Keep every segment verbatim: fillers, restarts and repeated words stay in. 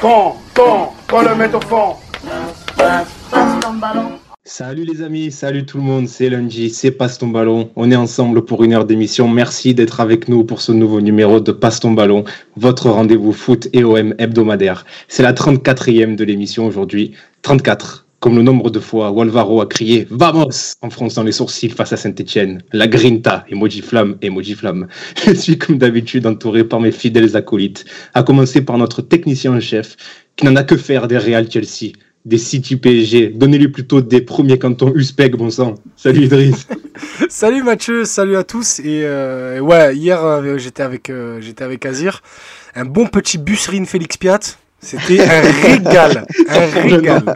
Fond, fond, qu'on le mette au fond. Passe ton ballon. Salut les amis, salut tout le monde, c'est Lundi, c'est Passe ton ballon. On est ensemble pour une heure d'émission. Merci d'être avec nous pour ce nouveau numéro de Passe ton ballon, votre rendez-vous foot et O M hebdomadaire. C'est la trente-quatrième de l'émission aujourd'hui. trente-quatre, comme le nombre de fois où Alvaro a crié « Vamos !» en fronçant les sourcils face à Saint-Etienne. La grinta, emoji flamme, emoji flamme. Je suis comme d'habitude entouré par mes fidèles acolytes, à commencer par notre technicien en chef, qui n'en a que faire des Real Chelsea, des City P S G. Donnez-lui plutôt des premiers cantons Uzbek, bon sang. Salut Idriss. Salut Mathieu, salut à tous. Et euh, ouais, hier euh, j'étais avec euh, j'étais avec Azir. Un bon petit Busserine Félix Piat. C'était un régal, un régal.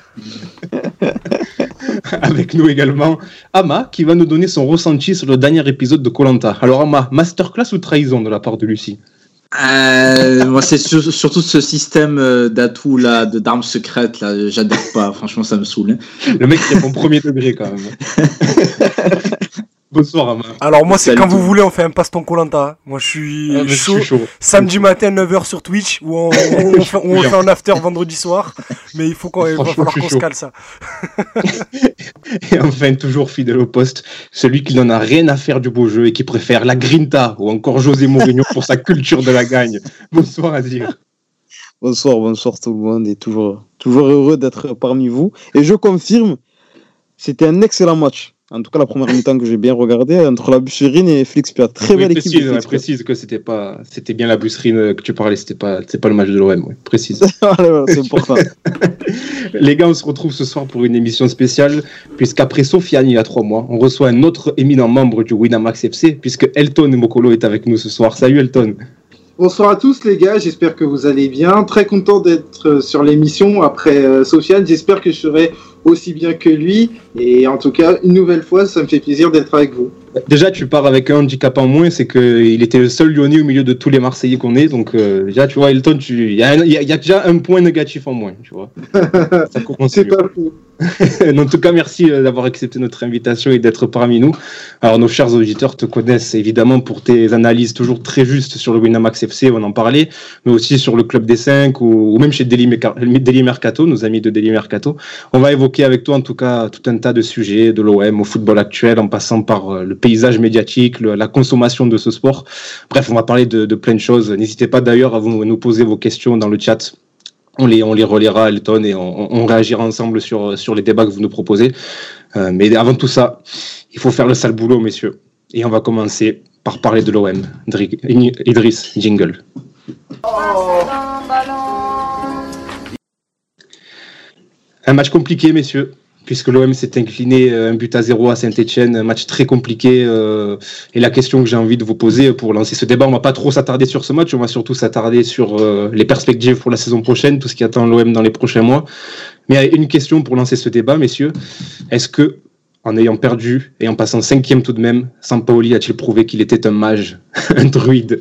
Avec nous également Ama, qui va nous donner son ressenti sur le dernier épisode de Koh-Lanta. Alors Ama, masterclass ou trahison de la part de Lucie? Euh, moi, c'est sur, surtout ce système euh, d'atouts là, de d'armes secrètes là, j'adore pas. Franchement, ça me saoule. Le mec répond premier degré quand même. Bonsoir Ama. Alors moi, c'est Salut quand tout. vous voulez, on fait un passe ton Koh-Lanta. Moi, je suis, Ah, mais je chaud. suis chaud. Samedi matin, neuf heures sur Twitch, où on, on, on fait, on fait un after vendredi soir. Mais il faut qu'on, il va Franchement, falloir je suis qu'on se chaud. cale ça. Et enfin, toujours fidèle au poste, celui qui n'en a rien à faire du beau jeu et qui préfère la grinta ou encore José Mourinho pour sa culture de la gagne. Bonsoir Azir. Bonsoir, bonsoir tout le monde et toujours, toujours heureux d'être parmi vous. Et je confirme, c'était un excellent match. En tout cas, la première mi-temps que j'ai bien regardé entre la Busserine et Félix Piat. Très Oui, belle équipe. précise, de ouais, Félix Piat. précise que c'était pas, c'était bien la Busserine que tu parlais, c'était pas, c'est pas le match de l'O M, ouais. Précise. Voilà, voilà, c'est important. Les gars, on se retrouve ce soir pour une émission spéciale, puisqu'après Sofiane, il y a trois mois, on reçoit un autre éminent membre du Winamax F C, puisque Elton Mokolo est avec nous ce soir. Salut Elton. Bonsoir à tous les gars, j'espère que vous allez bien. Très content d'être sur l'émission après euh, Sofiane. J'espère que je serai aussi bien que lui. Et en tout cas, une nouvelle fois, ça me fait plaisir d'être avec vous. Déjà, tu pars avec un handicap en moins, c'est qu'il était le seul Lyonnais au milieu de tous les Marseillais qu'on est. Donc, euh, déjà, tu vois, Elton, il y, y, y a déjà un point négatif en moins, tu vois. Ça commence C'est mieux. pas fou. En tout cas, merci d'avoir accepté notre invitation et d'être parmi nous. Alors, nos chers auditeurs te connaissent évidemment pour tes analyses toujours très justes sur le Winamax F C, on en parlait, mais aussi sur le Club des cinq ou, ou même chez Daily Mercato, nos amis de Daily Mercato. On va évoquer avec toi en tout cas tout un tas de sujets, de l'O M au football actuel, en passant par le paysage médiatique, le, la consommation de ce sport. Bref, on va parler de, de plein de choses. N'hésitez pas d'ailleurs à vous, nous poser vos questions dans le chat. On les, on les relaiera, Elton, et on, on réagira ensemble sur, sur les débats que vous nous proposez. Euh, mais avant tout ça, il faut faire le sale boulot, messieurs. Et on va commencer par parler de l'O M. Idriss, jingle. Un match compliqué, messieurs, puisque l'O M s'est incliné un but à zéro à Saint-Etienne, un match très compliqué. Euh, et la question que j'ai envie de vous poser pour lancer ce débat, on ne va pas trop s'attarder sur ce match, on va surtout s'attarder sur euh, les perspectives pour la saison prochaine, tout ce qui attend l'O M dans les prochains mois. Mais il y a une question pour lancer ce débat, messieurs. Est-ce que, en ayant perdu et en passant cinquième tout de même, Sampaoli a-t-il prouvé qu'il était un mage, un druide?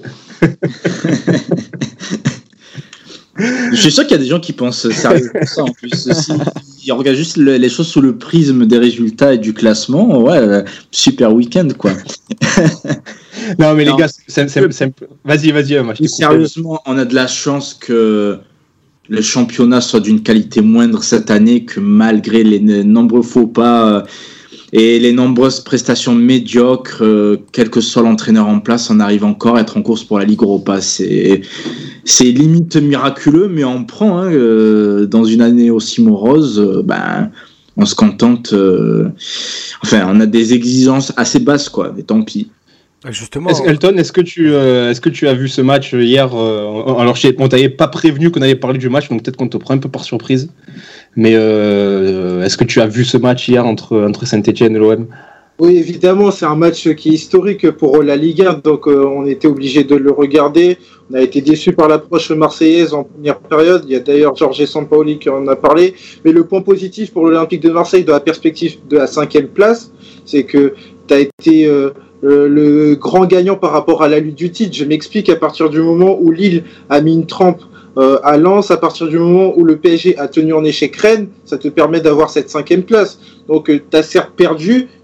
Je suis sûr qu'il y a des gens qui pensent sérieusement ça en plus. Si ils regardent juste le, les choses sous le prisme des résultats et du classement, ouais, euh, super week-end quoi. Non mais Non. les gars, c'est, c'est, c'est... vas-y, vas-y, moi, je t'ai coupé. Sérieusement, on a de la chance que le championnat soit d'une qualité moindre cette année, que malgré les nombreux faux pas euh, et les nombreuses prestations médiocres, euh, quel que soit l'entraîneur en place, on arrive encore à être en course pour la Ligue Europa. C'est, c'est limite miraculeux, mais on prend hein, euh, dans une année aussi morose, euh, ben, on se contente. Euh, enfin, on a des exigences assez basses, quoi, mais tant pis. Justement. Est-ce, Elton, est-ce que tu, euh, est-ce que tu as vu ce match hier euh, Alors, je, on t'avait pas prévenu qu'on allait parler du match, donc peut-être qu'on te prend un peu par surprise. Mais euh, est-ce que tu as vu ce match hier entre entre Saint-Etienne et l'O M? Oui, évidemment, c'est un match qui est historique pour la Ligue un, donc euh, on était obligé de le regarder. On a été déçus par l'approche marseillaise en première période. Il y a d'ailleurs Jorge Sampaoli qui en a parlé. Mais le point positif pour l'Olympique de Marseille de la perspective de la cinquième place, c'est que tu as été euh, le, le grand gagnant par rapport à la lutte du titre. Je m'explique, à partir du moment où Lille a mis une trempe euh, à Lens, à partir du moment où le P S G a tenu en échec Rennes, ça te permet d'avoir cette cinquième place. Donc euh, tu as certes perdu,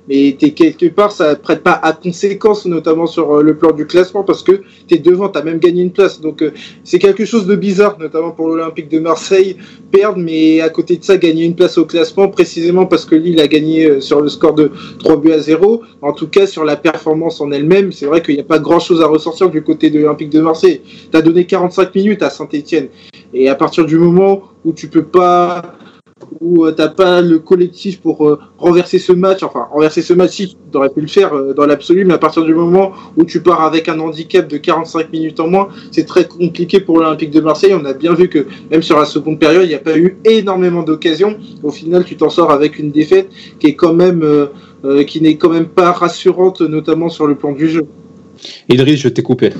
mais t'es quelque part, ça prête pas à conséquence, notamment sur euh, le plan du classement, parce que t'es devant, t'as même gagné une place. Donc euh, c'est quelque chose de bizarre, notamment pour l'Olympique de Marseille, perdre, mais à côté de ça, gagner une place au classement, précisément parce que Lille a gagné euh, sur le score de trois buts à zéro. En tout cas, sur la performance en elle-même, c'est vrai qu'il n'y a pas grand-chose à ressortir du côté de l'Olympique de Marseille. T'as donné quarante-cinq minutes à Saint-Etienne, et à partir du moment où tu peux pas... où euh, t'as pas le collectif pour euh, renverser ce match, enfin renverser ce match, si t'aurais pu le faire euh, dans l'absolu, mais à partir du moment où tu pars avec un handicap de quarante-cinq minutes en moins, c'est très compliqué pour l'Olympique de Marseille. On a bien vu que même sur la seconde période, il n'y a pas eu énormément d'occasions. Au final, tu t'en sors avec une défaite qui est quand même euh, euh, qui n'est quand même pas rassurante, notamment sur le plan du jeu. Idriss, je t'ai coupé.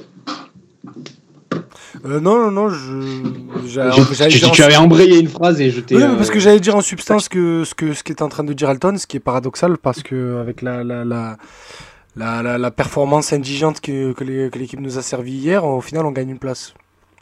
Euh, non, non, non, je. j'allais- Je- j'allais tu, dire en tu avais sub- embrayé une phrase et je t'ai. Oui, mais parce euh, que j'allais dire en substance que ce que ce qu'est en train de dire Alton, ce qui est paradoxal, parce que avec la la la la, la, la performance indigente que que, les- que l'équipe nous a servi hier, au final, on gagne une place.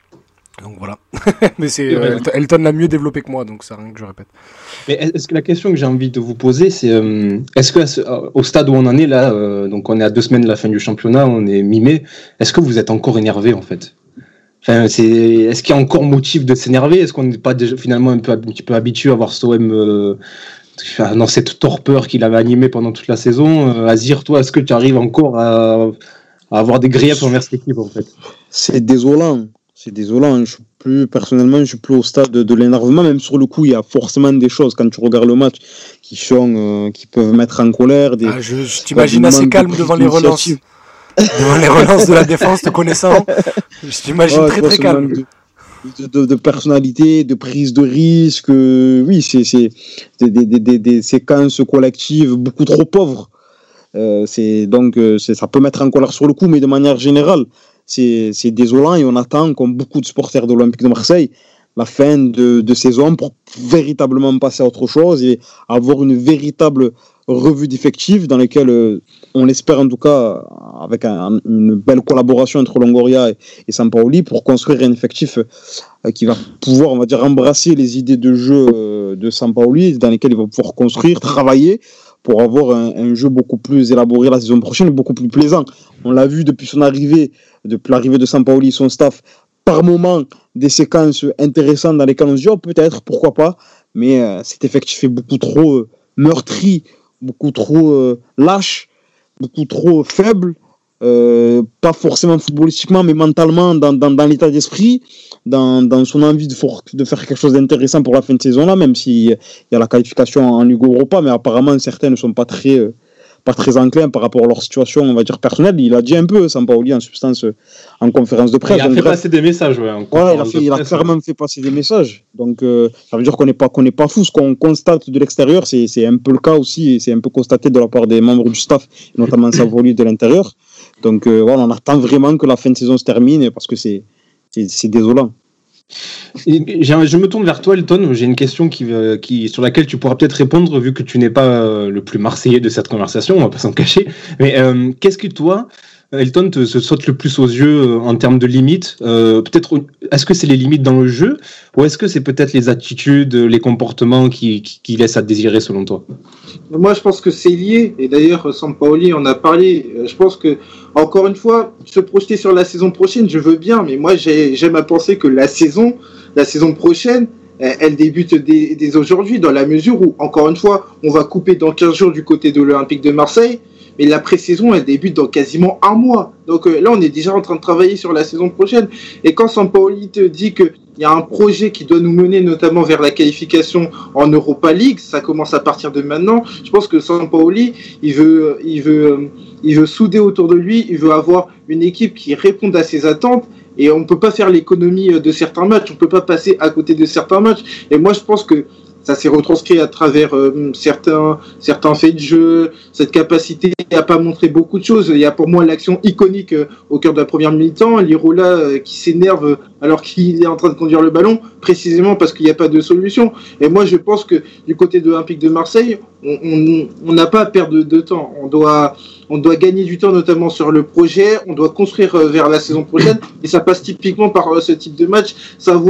Donc voilà. Mais c'est C'est vrai. euh, Elton- Elton l'a mieux développé que moi, donc c'est rien que je répète. Mais est-ce que la question que j'ai envie de vous poser, c'est euh, est-ce que à ce- au stade où on en est là, euh, donc on est à deux semaines de la fin du championnat, on est mi-mai, est-ce que vous êtes encore énervé en fait? Enfin, c'est, est-ce qu'il y a encore motif de s'énerver? Est-ce qu'on n'est pas déjà finalement un peu un petit peu habitué à voir Stoem euh, dans cette torpeur qu'il avait animée pendant toute la saison? Euh, Azir, toi, est-ce que tu arrives encore à, à avoir des griefs envers cette équipe en fait? C'est désolant. C'est désolant. Je suis plus, personnellement, je suis plus au stade de, de l'énervement. Même sur le coup, il y a forcément des choses, quand tu regardes le match, qui sont, euh, qui peuvent mettre en colère. Des, Ah, je je t'imagine des assez manques de calme prise devant les relances. d'initiative. Devant les relances de la défense, te connaissant. Je t'imagine Ouais, très tu vois, très ce calme. manque De, de, de personnalité, de prise de risque. euh, oui, c'est, c'est des, des, des, des, des séquences collectives beaucoup trop pauvres. Euh, c'est, donc, euh, c'est, ça peut mettre en colère sur le coup, mais de manière générale, c'est, c'est désolant et on attend, comme beaucoup de supporters de l'Olympique de Marseille, la fin de, de saison pour véritablement passer à autre chose et avoir une véritable revue d'effectifs dans laquelle euh, on l'espère en tout cas avec un, une belle collaboration entre Longoria et, et Sampaoli pour construire un effectif euh, qui va pouvoir, on va dire, embrasser les idées de jeu euh, de Sampaoli, dans lesquelles il va pouvoir construire, travailler pour avoir un, un jeu beaucoup plus élaboré la saison prochaine et beaucoup plus plaisant. On l'a vu depuis son arrivée, depuis l'arrivée de Sampaoli et son staff, par moment des séquences intéressantes dans lesquelles on se dit oh, peut-être, pourquoi pas, mais euh, cet effectif est beaucoup trop euh, meurtri, beaucoup trop euh, lâche, beaucoup trop faible, euh, pas forcément footballistiquement, mais mentalement, dans, dans, dans l'état d'esprit, dans, dans son envie de, for- de faire quelque chose d'intéressant pour la fin de saison là, même s'il y a la qualification en Ligue Europa, mais apparemment certains ne sont pas très, euh, pas très enclins par rapport à leur situation, on va dire, personnelle. Il a dit un peu, Sampaoli, en substance, en conférence de presse. Il a Donc, fait bref, passer des messages, ouais. en voilà, il a, conférence fait, de il a presse, clairement fait passer des messages. Donc, euh, ça veut dire qu'on n'est pas, qu'on n'est pas fou. Ce qu'on constate de l'extérieur, c'est, c'est un peu le cas aussi, et c'est un peu constaté de la part des membres du staff, notamment Sampaoli de l'intérieur. Donc, euh, voilà, on attend vraiment que la fin de saison se termine, parce que c'est, c'est, c'est désolant. Et j'ai- je me tourne vers toi, Elton. J'ai une question qui, euh, qui, sur laquelle tu pourras peut-être répondre, vu que tu n'es pas euh, le plus marseillais de cette conversation, on va pas s'en cacher. Mais euh, qu'est-ce que toi, Elton, te se saute le plus aux yeux euh, en termes de limites? euh, Peut-être, est-ce que c'est les limites dans le jeu, ou est-ce que c'est peut-être les attitudes, les comportements qui, qui, qui laissent à désirer selon toi? Moi, je pense que c'est lié. Et d'ailleurs, Sampaoli en a parlé. Je pense que, encore une fois, se projeter sur la saison prochaine, je veux bien. Mais moi, j'ai, j'aime à penser que la saison, la saison prochaine, elle débute dès, dès aujourd'hui, dans la mesure où, encore une fois, on va couper dans quinze jours du côté de l'Olympique de Marseille. Mais la pré-saison, elle débute dans quasiment un mois. Donc euh, là, on est déjà en train de travailler sur la saison prochaine. Et quand Sampaoli te dit qu'il y a un projet qui doit nous mener notamment vers la qualification en Europa League, ça commence à partir de maintenant. Je pense que Sampaoli, il veut, il veut, euh, il veut souder autour de lui, il veut avoir une équipe qui réponde à ses attentes. Et on ne peut pas faire l'économie de certains matchs, on ne peut pas passer à côté de certains matchs. Et moi, je pense que ça s'est retranscrit à travers euh, certains, certains faits de jeu, cette capacité à pas montrer beaucoup de choses. Il y a pour moi l'action iconique euh, au cœur de la première mi-temps, Lirola euh, qui s'énerve alors qu'il est en train de conduire le ballon, précisément parce qu'il n'y a pas de solution. Et moi, je pense que du côté de l'Olympique de Marseille, on n'a pas à perdre de, de temps. On doit, on doit gagner du temps, notamment sur le projet. On doit construire euh, vers la saison prochaine. Et ça passe typiquement par euh, ce type de match, savoir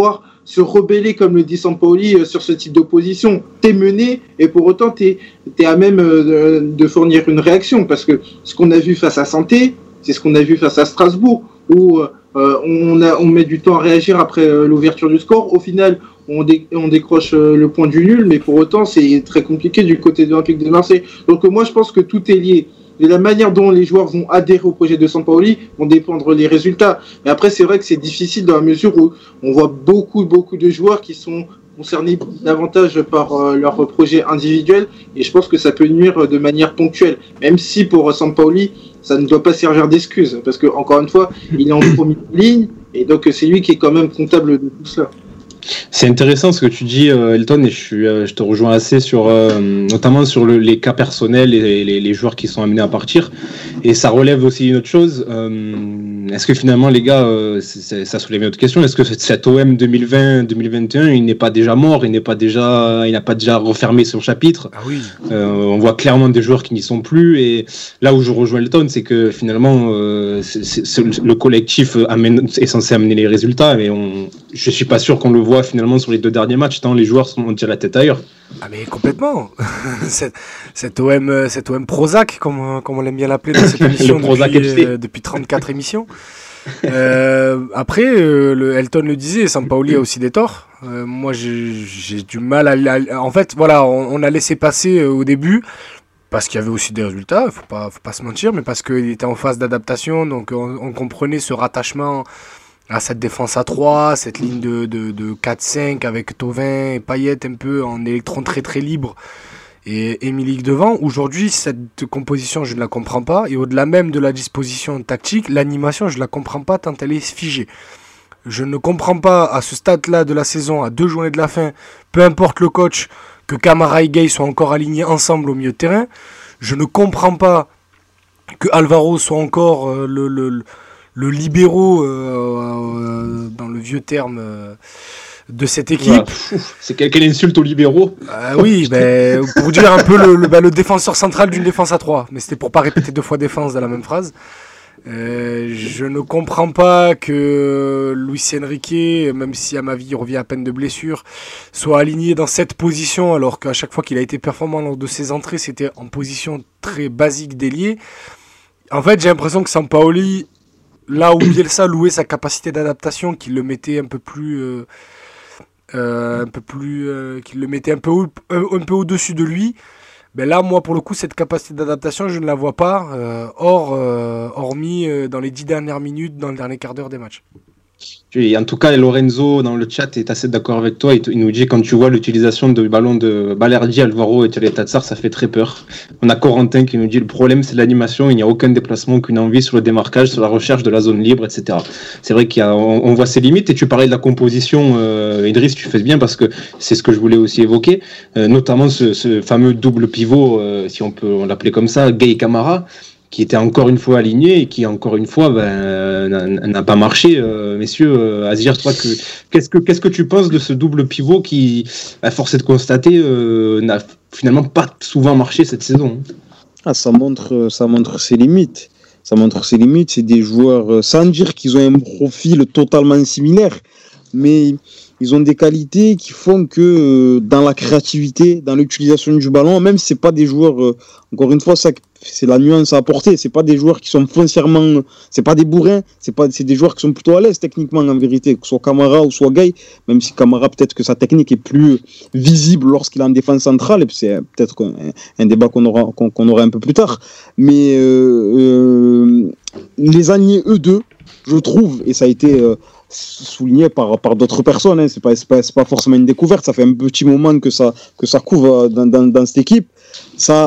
se rebeller, comme le dit Sampaoli, euh, sur ce type d'opposition. T'es mené et pour autant t'es, t'es à même euh, de fournir une réaction, parce que ce qu'on a vu face à Santé, c'est ce qu'on a vu face à Strasbourg, où euh, on, a, on met du temps à réagir après euh, l'ouverture du score. Au final, on, dé, on décroche euh, le point du nul, mais pour autant c'est très compliqué du côté de l'Olympique de Marseille. Donc euh, moi je pense que tout est lié. De la manière dont les joueurs vont adhérer au projet de Sampaoli vont dépendre les résultats. Mais après, c'est vrai que c'est difficile dans la mesure où on voit beaucoup, beaucoup de joueurs qui sont concernés davantage par euh, leur projet individuel. Et je pense que ça peut nuire de manière ponctuelle. Même si pour Sampaoli, ça ne doit pas servir d'excuse. Parce que, encore une fois, il est en première ligne. Et donc, c'est lui qui est quand même comptable de tout cela. C'est intéressant ce que tu dis, euh, Elton, et je, suis, euh, je te rejoins assez sur, euh, notamment sur le, les cas personnels et les, les joueurs qui sont amenés à partir. Et ça relève aussi une autre chose. Euh, est-ce que finalement, les gars, euh, c'est, c'est, ça soulève une autre question. Est-ce que cet O M deux mille vingt deux mille vingt et un, il n'est pas déjà mort, il n'est pas déjà, il n'a pas déjà refermé son chapitre? Ah oui. Euh, on voit clairement des joueurs qui n'y sont plus. Et là où je rejoins Elton, c'est que finalement, euh, c'est, c'est, c'est, le collectif amène, est censé amener les résultats, mais on, je suis pas sûr qu'on le voit finalement sur les deux derniers matchs, tant les joueurs sont tirés la tête ailleurs. Ah mais complètement. cette, cette O M, cette O M Prozac, comme, comme on l'aime bien l'appeler dans cette émission depuis, euh, depuis trente-quatre émissions. Euh, après, euh, le Elton le disait, Sampaoli a aussi des torts. Euh, moi, j'ai, j'ai du mal à, à... En fait, voilà, on, on a laissé passer euh, au début, parce qu'il y avait aussi des résultats, il faut pas, faut pas se mentir, mais parce qu'il était en phase d'adaptation, donc on, on comprenait ce rattachement à cette défense à trois, cette ligne de, de, de quatre cinq avec Thauvin et Payet un peu en électron très très libre et Milik devant. Aujourd'hui, cette composition, je ne la comprends pas. Et au-delà même de la disposition tactique, l'animation, je ne la comprends pas tant elle est figée. Je ne comprends pas à ce stade-là de la saison, à deux journées de la fin, peu importe le coach, que Camara et Gueye soient encore alignés ensemble au milieu de terrain. Je ne comprends pas que Alvaro soit encore euh, le... le, le le libéraux, euh, euh, dans le vieux terme euh, de cette équipe. Voilà. C'est quelle insulte aux libéraux. Euh, oui, ben, pour dire un peu le, le, ben, le défenseur central d'une défense à trois. Mais c'était pour pas répéter deux fois défense dans la même phrase. Euh, je ne comprends pas que Luis Enrique, même si à ma vie il revient à peine de blessure, soit aligné dans cette position, alors qu'à chaque fois qu'il a été performant lors de ses entrées, c'était en position très basique d'ailier. En fait, j'ai l'impression que Sampaoli, là où Bielsa louait sa capacité d'adaptation, qu'il le mettait un peu plus, euh, euh, un peu plus, euh, qu'il le mettait un peu, au, un, un peu au-dessus de lui. Ben là, moi, pour le coup, cette capacité d'adaptation, je ne la vois pas, euh, hors, euh, hormis euh, dans les dix dernières minutes, dans le dernier quart d'heure des matchs. Et en tout cas, Lorenzo dans le chat est assez d'accord avec toi. Il, te, il nous dit quand tu vois l'utilisation de ballons de Balerdi, Alvaro et Thierry Tatsar, ça fait très peur. On a Corentin qui nous dit le problème c'est l'animation, il n'y a aucun déplacement qu'une envie sur le démarquage, sur la recherche de la zone libre, et cetera. C'est vrai qu'on on voit ses limites. Et tu parlais de la composition, euh, Idriss, tu fais bien parce que c'est ce que je voulais aussi évoquer, euh, notamment ce, ce fameux double pivot, euh, si on peut on l'appeler comme ça, Gueye Camara, qui était encore une fois aligné et qui encore une fois ben, n'a, n'a pas marché. Euh, messieurs, euh, Azir, toi, que, qu'est-ce, que, qu'est-ce que tu penses de ce double pivot qui, à force de constater, euh, n'a finalement pas souvent marché cette saison? Ah, ça montre, ça montre ses limites. Ça montre ses limites. C'est des joueurs, sans dire qu'ils ont un profil totalement similaire, mais ils ont des qualités qui font que dans la créativité, dans l'utilisation du ballon, même si c'est pas des joueurs, encore une fois, ça, c'est la nuance à apporter. C'est pas des joueurs qui sont foncièrement, c'est pas des bourrins, c'est pas, c'est des joueurs qui sont plutôt à l'aise techniquement en vérité, que ce soit Camara ou soit Gueye, même si Camara peut-être que sa technique est plus visible lorsqu'il est en défense centrale, et c'est peut-être un, un débat qu'on aura, qu'on, qu'on aura un peu plus tard. Mais euh, euh, les alliés eux deux, je trouve, et ça a été euh, souligné par, par d'autres personnes, hein, c'est pas, c'est pas, c'est pas forcément une découverte, ça fait un petit moment que ça, que ça couvre dans, dans, dans cette équipe, ça,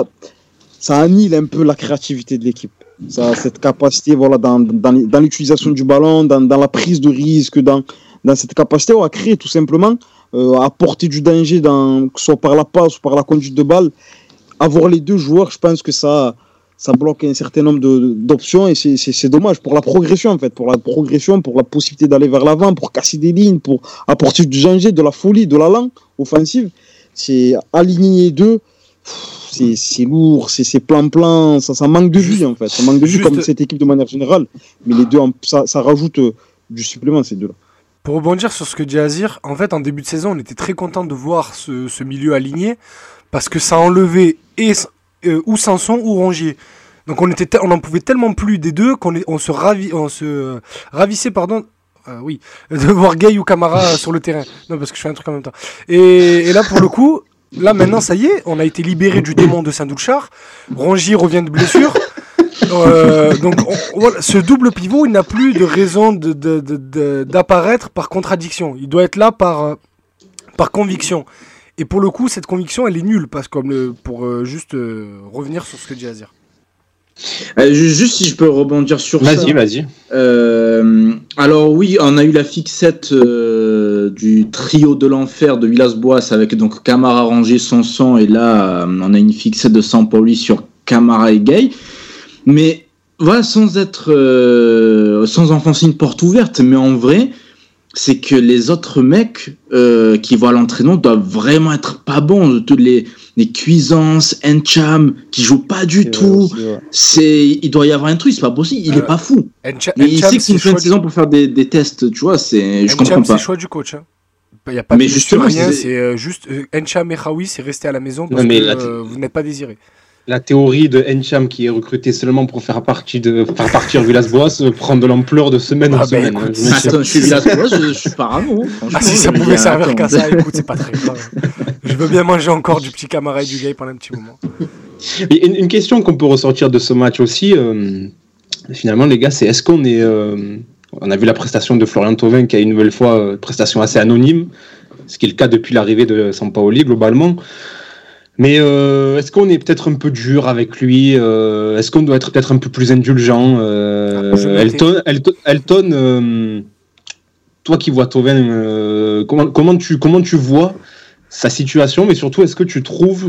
ça annule un peu la créativité de l'équipe. Ça, cette capacité voilà, dans, dans, dans l'utilisation du ballon, dans, dans la prise de risque, dans, dans cette capacité à créer tout simplement, euh, à apporter du danger, dans, que ce soit par la passe ou par la conduite de balle. Avoir les deux joueurs, je pense que ça... ça bloque un certain nombre de, d'options et c'est, c'est, c'est dommage pour la progression en fait, pour la progression, pour la possibilité d'aller vers l'avant, pour casser des lignes, pour apporter du danger, de la folie, de l'allant offensive. C'est aligner les deux, c'est, c'est lourd, c'est, c'est plan-plan, ça, ça manque de vie en fait, ça manque de vie comme cette équipe de manière générale, mais les deux, ça, ça rajoute du supplément ces deux-là. Pour rebondir sur ce que dit Azir, en fait, en début de saison, on était très content de voir ce, ce milieu aligné parce que ça enlevait et, euh, ou Sanson ou Rongier. Donc on était, te- on n'en pouvait tellement plus des deux qu'on est, on se ravi, on se euh, ravissait, pardon. Euh, oui, de voir Gay ou Camara sur le terrain. Non, parce que je fais un truc en même temps. Et, et là, pour le coup, là maintenant, ça y est, on a été libéré du démon de Saint-Doulchard. Rongier revient de blessure. Euh, donc on- voilà, ce double pivot, il n'a plus de raison de, de, de, de- d'apparaître par contradiction. Il doit être là par, euh, par conviction. Et pour le coup, cette conviction, elle est nulle, parce que comme le, pour euh, juste euh, revenir sur ce que dit Azir. Euh, ju- juste si je peux rebondir sur ça. Vas-y, vas-y. Euh, alors oui, on a eu la fixette euh, du trio de l'enfer de Villas-Boas avec donc Camara, Rongier, Sanson, et là euh, on a une fixette de Sampaoli sur Camara et Gay. Mais voilà, sans être, euh, sans enfoncer une porte ouverte, mais en vrai, c'est que les autres mecs euh, qui vont à l'entraînement doivent vraiment être pas bons. Tous les les Cuisance, Encham, qui jouent pas du C'est tout. vrai, c'est vrai. C'est, il doit y avoir un truc, c'est pas possible. Il Euh, est pas fou. Encha- Mais il Encham, sait que c'est une fin choix de saison pour faire des, des tests, tu vois. C'est, je Encham, comprends c'est pas. choix du coach. Hein. Il n'y a pas Mais de justement, rien, c'est- c'est euh, juste euh, Encham et Khaoui, c'est resté à la maison parce Non, mais que là, euh, vous n'êtes pas désiré. La théorie de Encham qui est recruté seulement pour faire, partie de, faire partir Villas-Boas euh, prend de l'ampleur de semaine en Ah, ben, semaine. écoute, hein. Je me suis- Attends, je suis Villas-Boas, je, je suis parano. hein, franchement, Ah, si ça je pouvait dis, servir attends. qu'à ça, écoute, c'est pas très grave. Je veux bien manger encore du petit Camara et du Gay pendant un petit moment. Et une, une question qu'on peut ressortir de ce match aussi, euh, finalement, les gars, c'est est-ce qu'on est. euh, on a vu la prestation de Florian Thauvin qui a une nouvelle fois euh, prestation assez anonyme, ce qui est le cas depuis l'arrivée de Sampaoli globalement. Mais euh, est-ce qu'on est peut-être un peu dur avec lui euh, Est-ce qu'on doit être peut-être un peu plus indulgent euh, Ah, je notais. Elton, Elton, Elton euh, toi qui vois Thauvin, euh, comment, comment, tu, comment tu vois sa situation, mais surtout, est-ce que tu trouves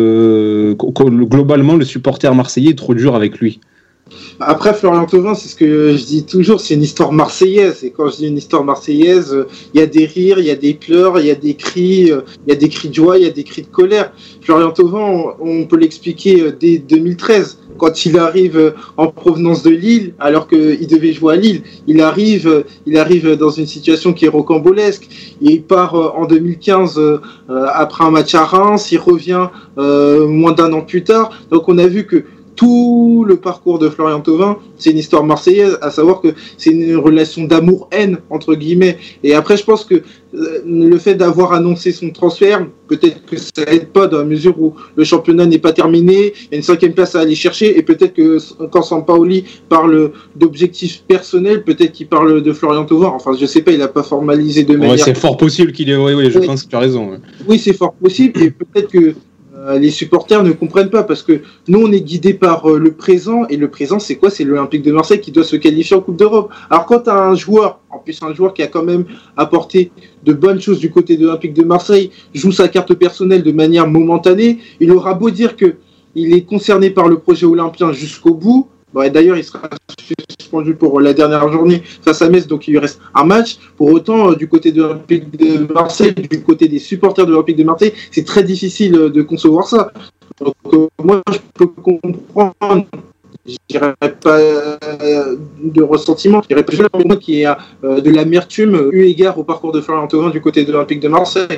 que, que- que globalement le supporter marseillais est trop dur avec lui? Après, Florian Thauvin, c'est ce que je dis toujours, c'est une histoire marseillaise. Et quand je dis une histoire marseillaise, euh, il y a des rires, il y a des pleurs, il y a des cris, euh, il y a des cris de joie, il y a des cris de colère. Florian Thauvin, on, on peut l'expliquer euh, dès deux mille treize, quand il arrive euh, en provenance de Lille, alors qu'il devait jouer à Lille. Il arrive, euh, il arrive dans une situation qui est rocambolesque. Il part euh, en deux mille quinze euh, euh, après un match à Reims, il revient euh, moins d'un an plus tard. Donc on a vu que tout le parcours de Florian Thauvin, c'est une histoire marseillaise, à savoir que c'est une relation d'amour-haine, entre guillemets. Et après, je pense que euh, le fait d'avoir annoncé son transfert, peut-être que ça aide pas dans la mesure où le championnat n'est pas terminé, il y a une cinquième place à aller chercher, et peut-être que quand Sampaoli parle d'objectifs personnels, peut-être qu'il parle de Florian Thauvin. Enfin, je sais pas, il n'a pas formalisé de Ouais, manière... c'est fort possible qu'il est. Oui, oui, je Oui. pense que tu as raison. ouais. Oui, c'est fort possible, et peut-être que euh, les supporters ne comprennent pas, parce que nous, on est guidés par euh, le présent, et le présent, c'est quoi? C'est l'Olympique de Marseille qui doit se qualifier en Coupe d'Europe. Alors, quand tu as un joueur, en plus un joueur qui a quand même apporté de bonnes choses du côté de l'Olympique de Marseille, joue sa carte personnelle de manière momentanée, il aura beau dire que il est concerné par le projet olympien jusqu'au bout. Bon, et d'ailleurs, il sera suspendu pour la dernière journée face à Metz, donc il lui reste un match. Pour autant, euh, du côté de l'Olympique de Marseille, du côté des supporters de l'Olympique de Marseille, c'est très difficile euh, de concevoir ça. Donc, euh, moi, je peux comprendre, je dirais pas euh, de ressentiment, je dirais pas pour moi qu'il y a euh, de l'amertume euh, eu égard au parcours de Florian Thauvin du côté de l'Olympique de Marseille.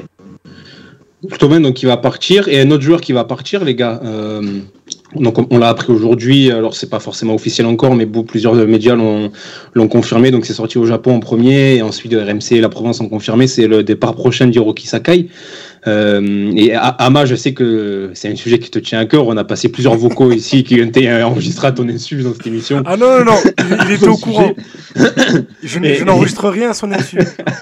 Thauvin, donc, qui va partir, et un autre joueur qui va partir, les gars. Euh, donc, on, on l'a appris aujourd'hui, alors c'est pas forcément officiel encore, mais beaucoup, plusieurs médias l'ont, l'ont confirmé. Donc, c'est sorti au Japon en premier, et ensuite R M C et la Provence ont confirmé. C'est le départ prochain d'Hiroki Sakai. Euh, et Ama, je sais que c'est un sujet qui te tient à cœur. On a passé plusieurs vocaux ici qui ont été enregistrés à ton insu dans cette émission. Ah non, non, non, il, il était au courant. Je, n- Et- je n'enregistre rien à son insu.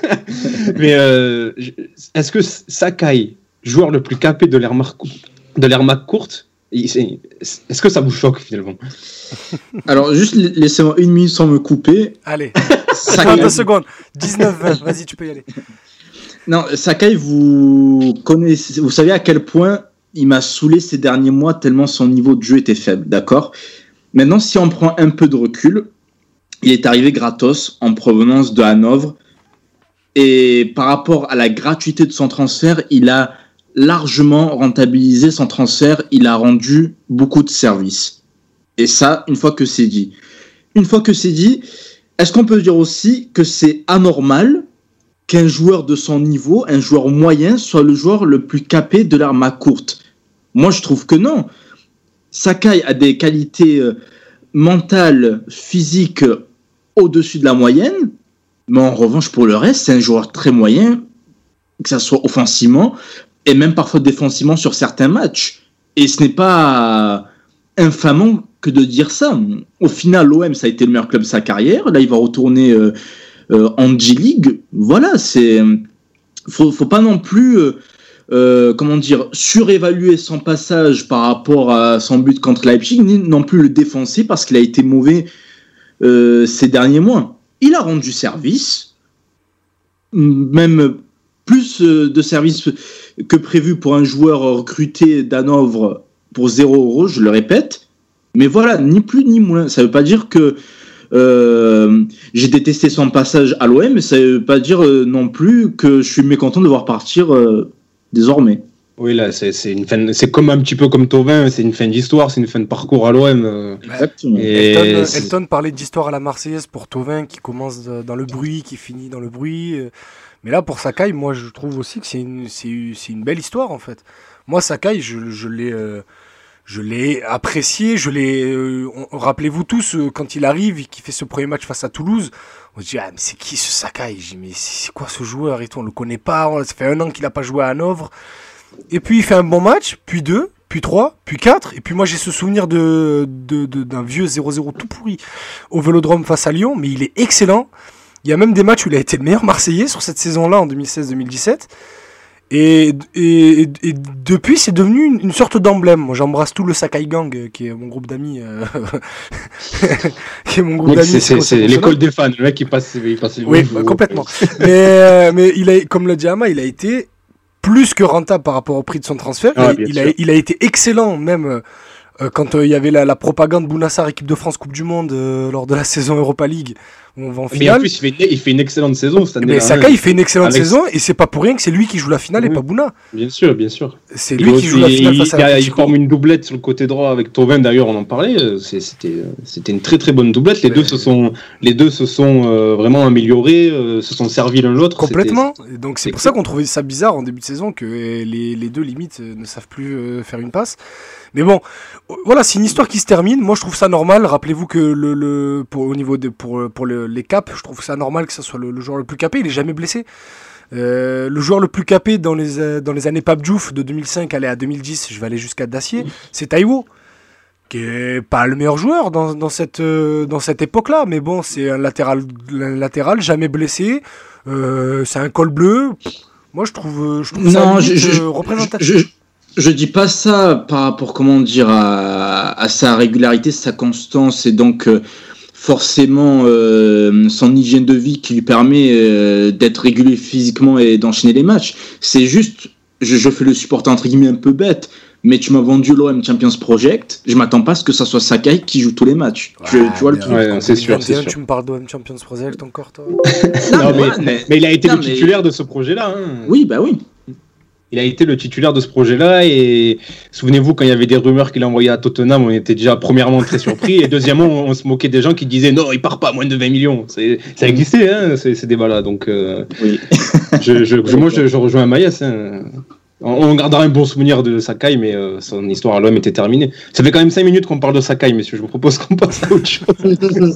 Mais euh, je- est-ce que Sakai, joueur le plus capé de l'Airmac de l'Airmac courte, il- c'est- est-ce que ça vous choque finalement? Alors, juste la- laissez-moi une minute sans me couper. Allez, Sakai, trente secondes. dix-neuf vingt, vas-y, tu peux y aller. non, Sakai, vous connaissez, vous savez à quel point il m'a saoulé ces derniers mois tellement son niveau de jeu était faible, d'accord? Maintenant, si on prend un peu de recul, il est arrivé gratos en provenance de Hanovre, et par rapport à la gratuité de son transfert, il a largement rentabilisé son transfert, il a rendu beaucoup de services. Et ça, une fois que c'est dit. Une fois que c'est dit, est-ce qu'on peut dire aussi que c'est anormal qu'un joueur de son niveau, un joueur moyen, soit le joueur le plus capé de l'arme à courte. Moi, je trouve que non. Sakai a des qualités euh, mentales, physiques euh, au-dessus de la moyenne, mais en revanche, pour le reste, c'est un joueur très moyen, que ce soit offensivement et même parfois défensivement sur certains matchs. Et ce n'est pas infamant que de dire ça. Au final, l'O M, ça a été le meilleur club de sa carrière. Là, il va retourner euh, euh, en G-League. Voilà, c'est... Faut, faut pas non plus... Euh, Euh, comment dire, surévaluer son passage par rapport à son but contre Leipzig, ni non plus le défoncer parce qu'il a été mauvais euh, ces derniers mois. Il a rendu service, même plus de service que prévu pour un joueur recruté d'Hanovre pour zéro euro, je le répète. Mais voilà, ni plus ni moins. Ça ne veut pas dire que euh, j'ai détesté son passage à l'O M, mais ça ne veut pas dire euh, non plus que je suis mécontent de voir partir euh, désormais. Oui, là, c'est, c'est, une fin, c'est comme un petit peu comme Thauvin, c'est une fin d'histoire, c'est une fin de parcours à l'O M. Euh, Exactement. Et Elton, c'est... Elton parlait d'histoire à la Marseillaise pour Thauvin qui commence dans le bruit, qui finit dans le bruit. Mais là, pour Sakai, moi, je trouve aussi que c'est une, c'est, c'est une belle histoire, en fait. Moi, Sakai, je, je l'ai... Euh, Je l'ai apprécié, je l'ai. Euh, on, rappelez-vous tous, euh, quand il arrive et qu'il fait ce premier match face à Toulouse, on se dit ah mais c'est qui ce Sakai? J'ai dit mais c'est quoi ce joueur et tout, on le connaît pas, on, ça fait un an qu'il a pas joué à Hanovre. Et puis il fait un bon match, puis deux, puis trois, puis quatre, et puis moi j'ai ce souvenir de, de, de d'un vieux zéro zéro tout pourri au Vélodrome face à Lyon, mais il est excellent. Il y a même des matchs où il a été le meilleur Marseillais sur cette saison-là en deux mille seize deux mille dix-sept. Et, et, et, et depuis, c'est devenu une, une sorte d'emblème. Moi, j'embrasse tout le Sakai Gang, euh, qui est mon groupe d'amis. Euh, qui est mon groupe Donc, d'amis. c'est, c'est, c'est l'école des fans. Le mec, il passe, il passe les Oui, bah, complètement. mais, euh, mais il a, comme l'a dit Ama, il a été plus que rentable par rapport au prix de son transfert. Ah, il, il, a, il a été excellent, même euh, quand euh, il y avait la, la propagande Bounassar, équipe de France, Coupe du Monde, euh, lors de la saison Europa League. On va en finale. Mais en plus, il fait, il fait une excellente saison cette année. Mais Sakai, il fait une excellente Alex... saison et c'est pas pour rien que c'est lui qui joue la finale oui. et pas Bouna. Bien sûr, bien sûr. C'est lui il qui joue la finale il, face à il, la il forme une doublette sur le côté droit avec Thauvin. D'ailleurs, on en parlait. C'est, c'était, c'était une très très bonne doublette. Les ouais. deux se sont, les deux se sont euh, vraiment améliorés, euh, se sont servis l'un l'autre. Complètement. C'était, donc c'est pour ça qu'on trouvait ça bizarre en début de saison que les, les deux limite ne savent plus euh, faire une passe. Mais bon, voilà, c'est une histoire qui se termine. Moi, je trouve ça normal. Rappelez-vous que le, le pour, au niveau de pour pour le, les caps, je trouve ça normal que ce soit le, le joueur le plus capé. Il est jamais blessé. Euh, le joueur le plus capé dans les dans les années Pape Diouf de deux mille cinq aller à deux mille dix, je vais aller jusqu'à Dacier, c'est Taiwo, qui est pas le meilleur joueur dans dans cette euh, dans cette époque-là. Mais bon, c'est un latéral un latéral jamais blessé. Euh, c'est un col bleu. Moi, je trouve je trouve non, ça je, je, euh, représentatif. Je, je... Je dis pas ça par rapport, comment dire, à, à sa régularité, sa constance et donc euh, forcément euh, son hygiène de vie qui lui permet euh, d'être régulier physiquement et d'enchaîner les matchs. C'est juste, je, je fais le supporter entre guillemets un peu bête, mais tu m'as vendu l'O M Champions Project, je m'attends pas à ce que ça soit Sakai qui joue tous les matchs. Ouais, tu, tu vois le truc. Ouais, c'est sûr, c'est sûr. Tu me parles d'O M Champions Project encore, toi? non, non, mais, mais, mais il a été non, le titulaire mais... de ce projet-là. Hein. Oui, bah oui. Il a été le titulaire de ce projet-là et souvenez-vous quand il y avait des rumeurs qu'il envoyait à Tottenham, on était déjà premièrement très surpris et deuxièmement on, on se moquait des gens qui disaient non il part pas à moins de vingt millions. C'est, ça existait hein, ces, ces débats-là donc euh, oui. je, je, je, moi je, je rejoins Maïs. Hein. On gardera un bon souvenir de Sakai, mais euh, son histoire à l'O M était terminée. Ça fait quand même cinq minutes qu'on parle de Sakai, messieurs. Je vous propose qu'on passe à autre chose.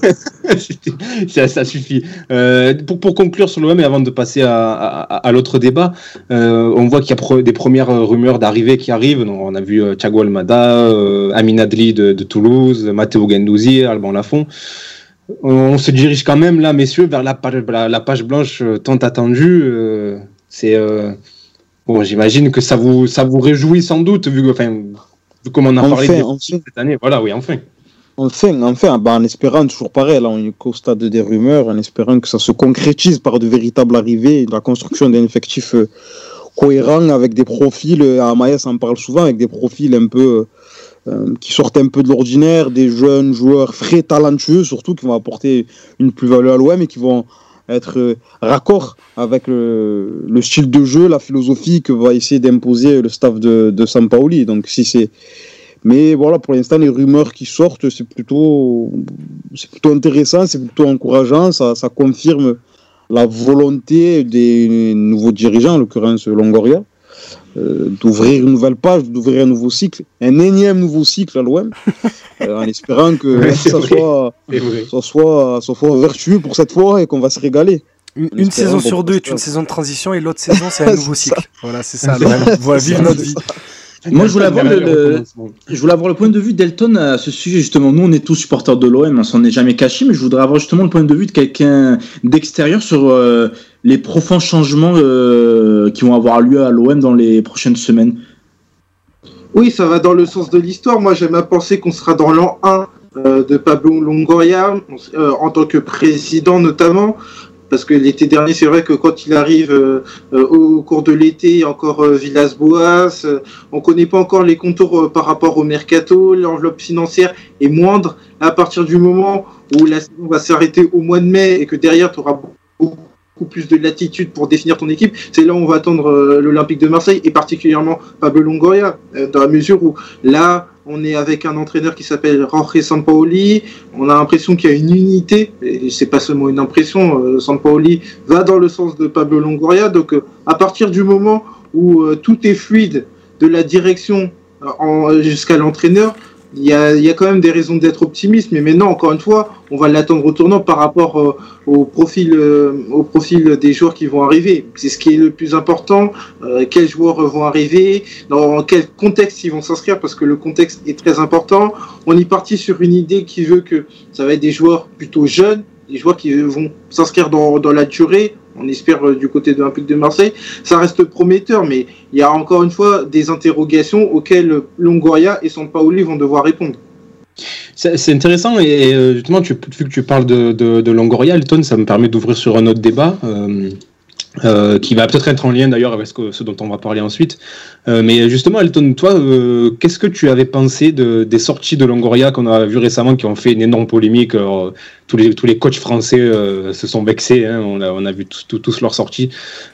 ça, ça suffit. Euh, pour, pour conclure sur l'O M et avant de passer à, à, à l'autre débat, euh, on voit qu'il y a pro- des premières rumeurs d'arrivée qui arrivent. Donc, on a vu euh, Thiago Almada, euh, Amin Adli de, de Toulouse, Matteo Guendouzi, Alban Lafont. On, on se dirige quand même là, messieurs, vers la page, la, la page blanche euh, tant attendue. Euh, c'est... Euh, Bon, j'imagine que ça vous, ça vous réjouit sans doute, vu, enfin, vu comme on a enfin, parlé de enfin. cette année. Voilà, oui, enfin. Enfin, enfin, bah, en espérant, toujours pareil, là, on est au stade des rumeurs, en espérant que ça se concrétise par de véritables arrivées, la construction d'un effectif euh, cohérent avec des profils, euh, Amaïs en parle souvent, avec des profils un peu, euh, qui sortent un peu de l'ordinaire, des jeunes joueurs frais, talentueux, surtout, qui vont apporter une plus-value à l'O M et qui vont être euh, raccord avec le, le style de jeu, la philosophie que va essayer d'imposer le staff de, de Sampaoli. Donc, si c'est... Mais voilà, pour l'instant, les rumeurs qui sortent, c'est plutôt, c'est plutôt intéressant, c'est plutôt encourageant, ça, ça confirme la volonté des nouveaux dirigeants, en l'occurrence Longoria, euh, d'ouvrir une nouvelle page, d'ouvrir un nouveau cycle, un énième nouveau cycle à l'O M, euh, en espérant que Ouais, ça, vrai. soit, ça, soit, ça soit vertueux pour cette fois et qu'on va se régaler. Une, une saison sur deux est une saison de transition et l'autre saison c'est un nouveau C'est cycle. Voilà, c'est ça. l'O M. Voilà, vive notre vie. Moi, je voulais avoir le, le- je voulais avoir le point de vue d'Elton à ce sujet, justement. Nous, on est tous supporters de l'O M, on s'en est jamais caché, mais je voudrais avoir justement le point de vue de quelqu'un d'extérieur sur euh, les profonds changements euh, qui vont avoir lieu à l'O M dans les prochaines semaines. Oui, ça va dans le sens de l'histoire. Moi, j'aime à penser qu'on sera dans l'an un euh, de Pablo Longoria, euh, en tant que président notamment. Parce que l'été dernier, c'est vrai que quand il arrive euh, euh, au cours de l'été, il y a encore euh, Villas-Boas, euh, on connaît pas encore les contours euh, par rapport au mercato, l'enveloppe financière est moindre. À partir du moment où la saison va s'arrêter au mois de mai et que derrière, tu auras beaucoup plus de latitude pour définir ton équipe, c'est là où on va attendre euh, l'Olympique de Marseille et particulièrement Pablo Longoria, euh, dans la mesure où là, on est avec un entraîneur qui s'appelle Jorge Sampaoli. On a l'impression qu'il y a une unité, et c'est pas seulement une impression. Euh, Sampaoli va dans le sens de Pablo Longoria. Donc, euh, à partir du moment où euh, tout est fluide, de la direction euh, en, jusqu'à l'entraîneur, il y a, il y a quand même des raisons d'être optimiste. Mais maintenant, encore une fois, on va l'attendre au tournant par rapport euh, au profil, euh, au profil des joueurs qui vont arriver. C'est ce qui est le plus important. Euh, quels joueurs vont arriver, dans quel contexte ils vont s'inscrire, parce que le contexte est très important. On est parti sur une idée qui veut que ça va être des joueurs plutôt jeunes, des joueurs qui vont s'inscrire dans, dans la durée. On espère euh, du côté de l'Olympique de Marseille. Ça reste prometteur, mais il y a encore une fois des interrogations auxquelles Longoria et Sampaoli vont devoir répondre. C'est c'est intéressant et euh, justement, tu, vu que tu parles de, de, de Longoria, Elton, ça me permet d'ouvrir sur un autre débat euh, euh, qui va peut-être être en lien d'ailleurs avec ce, que, ce dont on va parler ensuite. Euh, mais justement, Elton, toi, euh, qu'est-ce que tu avais pensé de, des sorties de Longoria qu'on a vu récemment qui ont fait une énorme polémique euh, tous, les, tous les coachs français euh, se sont vexés, hein, on, a, on a vu tous, tous, tous leurs sorties.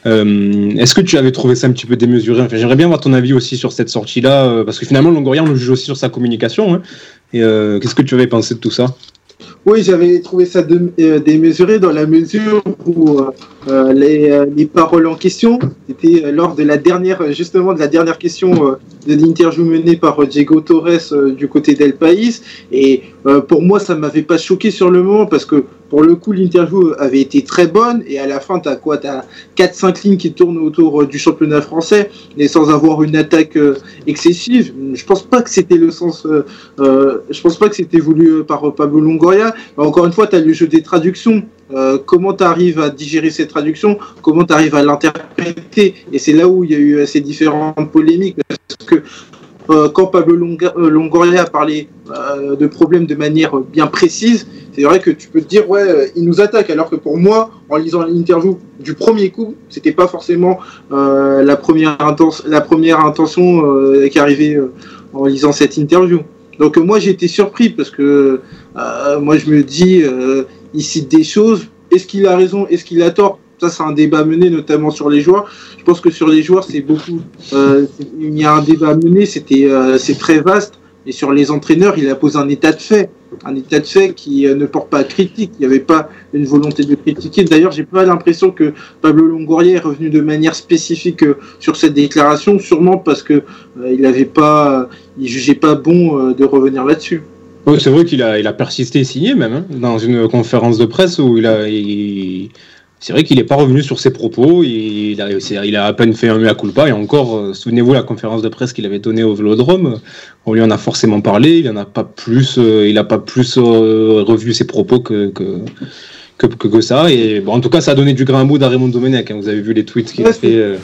Euh, est-ce que tu avais trouvé ça un petit peu démesuré? Enfin, j'aimerais bien avoir ton avis aussi sur cette sortie-là, euh, parce que finalement, Longoria, on le juge aussi sur sa communication. Hein. Et euh, qu'est-ce que tu avais pensé de tout ça? Oui, j'avais trouvé ça de, euh, démesuré dans la mesure où euh, les, euh, les paroles en question étaient euh, lors de la dernière, justement de la dernière question euh, de l'interview menée par euh, Diego Torres euh, du côté d'El País. Et euh, pour moi, ça m'avait pas choqué sur le moment parce que pour le coup, l'interview avait été très bonne et à la fin, tu as quoi? Tu as quatre cinq lignes qui tournent autour euh, du championnat français et sans avoir une attaque euh, excessive. Je pense pas que c'était le sens, euh, euh, je pense pas que c'était voulu euh, par euh, Pablo Longoria. Encore une fois, tu as le jeu des traductions. Euh, comment tu arrives à digérer ces traductions? Comment tu arrives à l'interpréter? Et c'est là où il y a eu euh, ces différentes polémiques. Parce que euh, quand Pablo Longa- euh, Longoria a parlé euh, de problèmes de manière bien précise, c'est vrai que tu peux te dire, ouais, euh, il nous attaque. Alors que pour moi, en lisant l'interview du premier coup, c'était pas forcément euh, la, première inten- la première intention euh, qui arrivait euh, en lisant cette interview. Donc euh, moi j'ai été surpris parce que euh, moi je me dis euh, il cite des choses, est-ce qu'il a raison, est-ce qu'il a tort? Ça c'est un débat mené notamment sur les joueurs. Je pense que sur les joueurs c'est beaucoup, euh, c'est, il y a un débat mené, c'était euh, c'est très vaste. Et sur les entraîneurs, il a posé un état de fait, un état de fait qui euh, ne porte pas à critique. Il n'y avait pas une volonté de critiquer. D'ailleurs, j'ai pas l'impression que Pablo Longoria est revenu de manière spécifique euh, sur cette déclaration, sûrement parce que euh, il avait pas, il jugeait pas bon euh, de revenir là-dessus. Oui, c'est vrai qu'il a, il a persisté et signé même, hein, dans une conférence de presse où il a... Il... C'est vrai qu'il n'est pas revenu sur ses propos, il a, il a à peine fait un mea culpa, et encore, euh, souvenez-vous la conférence de presse qu'il avait donnée au Vélodrome, on lui en a forcément parlé, il n'a pas plus, euh, il a pas plus euh, revu ses propos que, que, que, que, que ça, et bon, en tout cas ça a donné du grain à moudre à Raymond Domenech, hein, vous avez vu les tweets qu'il ouais, a fait. Euh...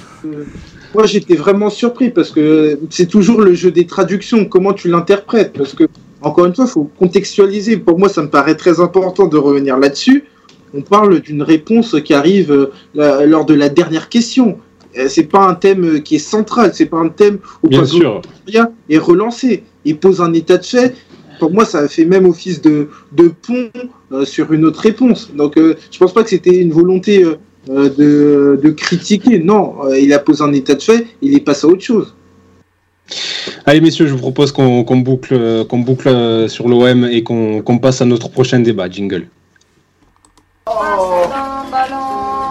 Moi j'étais vraiment surpris, parce que c'est toujours le jeu des traductions, comment tu l'interprètes, parce que, encore une fois, il faut contextualiser, pour moi ça me paraît très important de revenir là-dessus. On parle d'une réponse qui arrive euh, la, lors de la dernière question. Euh, c'est pas un thème qui est central, c'est pas un thème où Bien sûr. est relancé. Il pose un état de fait. Pour moi, ça fait même office de, de pont euh, sur une autre réponse. Donc, euh, je pense pas que c'était une volonté euh, de, de critiquer. Non, euh, il a posé un état de fait, il est passé à autre chose. Allez messieurs, je vous propose qu'on, qu'on boucle, qu'on boucle sur l'O M et qu'on, qu'on passe à notre prochain débat. Jingle. Passe un ballon.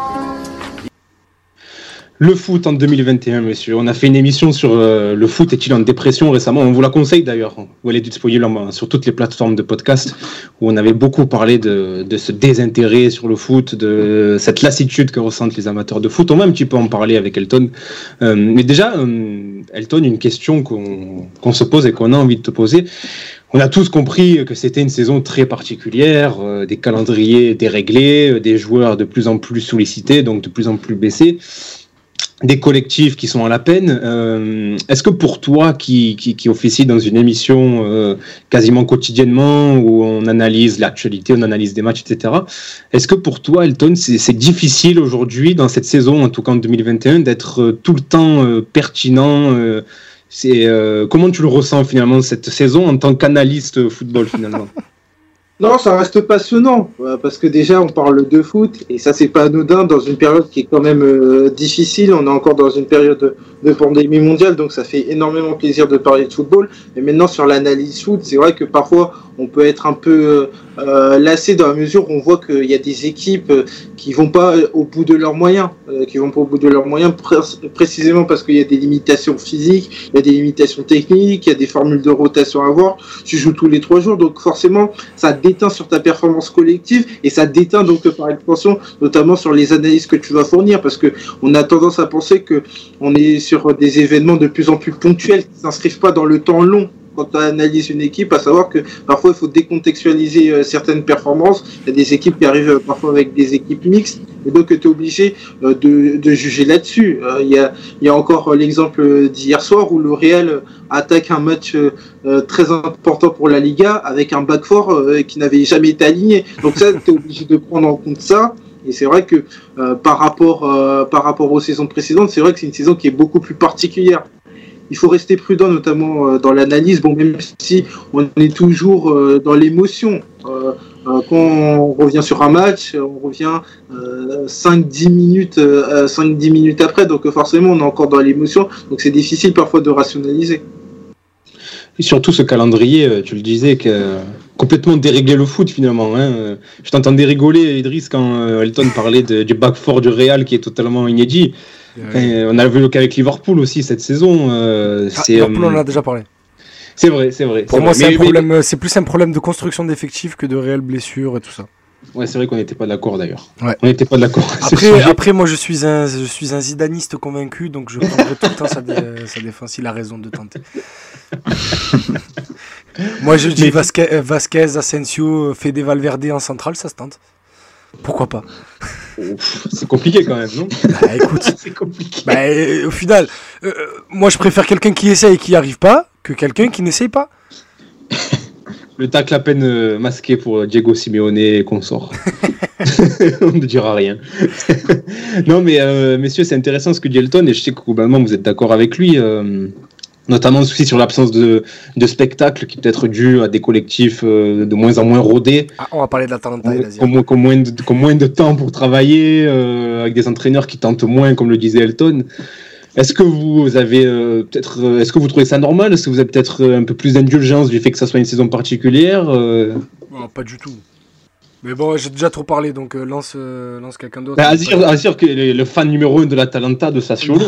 Le foot en deux mille vingt et un, monsieur. On a fait une émission sur euh, le foot est-il en dépression récemment. On vous la conseille d'ailleurs. Où elle est disponible sur toutes les plateformes de podcast. Où on avait beaucoup parlé de, de ce désintérêt sur le foot, de cette lassitude que ressentent les amateurs de foot. On va un petit peu en parler avec Elton. Euh, mais déjà, euh, Elton, une question qu'on, qu'on se pose et qu'on a envie de te poser. On a tous compris que c'était une saison très particulière, euh, des calendriers déréglés, euh, des joueurs de plus en plus sollicités, donc de plus en plus baissés. Des collectifs qui sont à la peine. Euh, est-ce que pour toi, qui, qui, qui officie dans une émission euh, quasiment quotidiennement, où on analyse l'actualité, on analyse des matchs, et cetera, est-ce que pour toi, Elton, c'est, c'est difficile aujourd'hui, dans cette saison, en tout cas en deux mille vingt et un, d'être euh, tout le temps euh, pertinent euh, c'est, euh, comment tu le ressens finalement, cette saison, en tant qu'analyste football, finalement? Non, ça reste passionnant, parce que déjà on parle de foot, et ça c'est pas anodin dans une période qui est quand même euh, difficile. On est encore dans une période de, de pandémie mondiale, donc ça fait énormément plaisir de parler de football. Mais maintenant sur l'analyse foot, c'est vrai que parfois on peut être un peu euh, lassé dans la mesure où on voit qu'il y a des équipes qui vont pas au bout de leurs moyens, euh, qui vont pas au bout de leurs moyens pr- précisément parce qu'il y a des limitations physiques, il y a des limitations techniques, il y a des formules de rotation à avoir. Tu joues tous les trois jours, donc forcément ça déteint sur ta performance collective et ça déteint donc par extension notamment sur les analyses que tu vas fournir, parce que on a tendance à penser que on est sur des événements de plus en plus ponctuels qui s'inscrivent pas dans le temps long quand on analyse une équipe, à savoir que parfois il faut décontextualiser euh, certaines performances. Il y a des équipes qui arrivent euh, parfois avec des équipes mixtes, et donc tu es obligé euh, de, de juger là-dessus. Euh, il y a, il y a encore euh, l'exemple d'hier soir où le Real attaque un match euh, très important pour la Liga avec un back four euh, qui n'avait jamais été aligné. Donc ça, tu es obligé de prendre en compte ça. Et c'est vrai que euh, par rapport, euh, par rapport aux saisons précédentes, c'est vrai que c'est une saison qui est beaucoup plus particulière. Il faut rester prudent, notamment euh, dans l'analyse, bon, même si on est toujours euh, dans l'émotion. Euh, euh, quand on revient sur un match, on revient euh, cinq dix minutes, euh, cinq dix minutes après, donc forcément on est encore dans l'émotion, donc c'est difficile parfois de rationaliser. Et surtout ce calendrier, tu le disais, que complètement déréglé le foot finalement. Hein. Je t'entendais rigoler, Idriss, quand Elton parlait de, du back four du Real qui est totalement inédit. Ouais. On a vu le cas avec Liverpool aussi cette saison. Euh, ah, c'est, Liverpool, on en a déjà parlé. C'est vrai, c'est vrai. Pour c'est moi, vrai. c'est, mais, un problème, mais... c'est plus un problème de construction d'effectifs que de réelles blessures et tout ça. Ouais, c'est vrai qu'on n'était pas d'accord d'ailleurs. Ouais. On n'était pas d'accord. Après, après, moi, je suis un, je suis un zidaniste convaincu, donc je prendrai tout le temps sa, dé, sa défense. Il a raison de tenter. Moi, je dis mais... Vasquez, Vasquez, Asensio, Fede Valverde en centrale, ça se tente. Pourquoi pas? C'est compliqué quand même, non? Bah écoute, c'est compliqué. Bah, euh, au final, euh, moi je préfère quelqu'un qui essaye et qui n'y arrive pas que quelqu'un qui n'essaye pas. Le tacle à peine euh, masqué pour Diego Simeone et consort. On ne dira rien. Non mais euh, messieurs, c'est intéressant ce que dit Elton et je sais que globalement vous êtes d'accord avec lui. Euh... Notamment aussi sur l'absence de, de spectacle qui peut être dû à des collectifs euh, de moins en moins rodés. Ah, on va parler de l'Atalanta et l'Asia. Qui ont moins de, qui ont moins de temps pour travailler, euh, avec des entraîneurs qui tentent moins, comme le disait Elton. Est-ce que vous avez euh, peut-être, euh, est-ce que vous trouvez ça normal? Est-ce que vous avez peut-être un peu plus d'indulgence du fait que ça soit une saison particulière euh... Non, pas du tout. Mais bon, j'ai déjà trop parlé, donc euh, lance, euh, lance quelqu'un d'autre. Bah, Azir, Azir, qui est le fan numéro un de l'Atalanta de Sassuolo.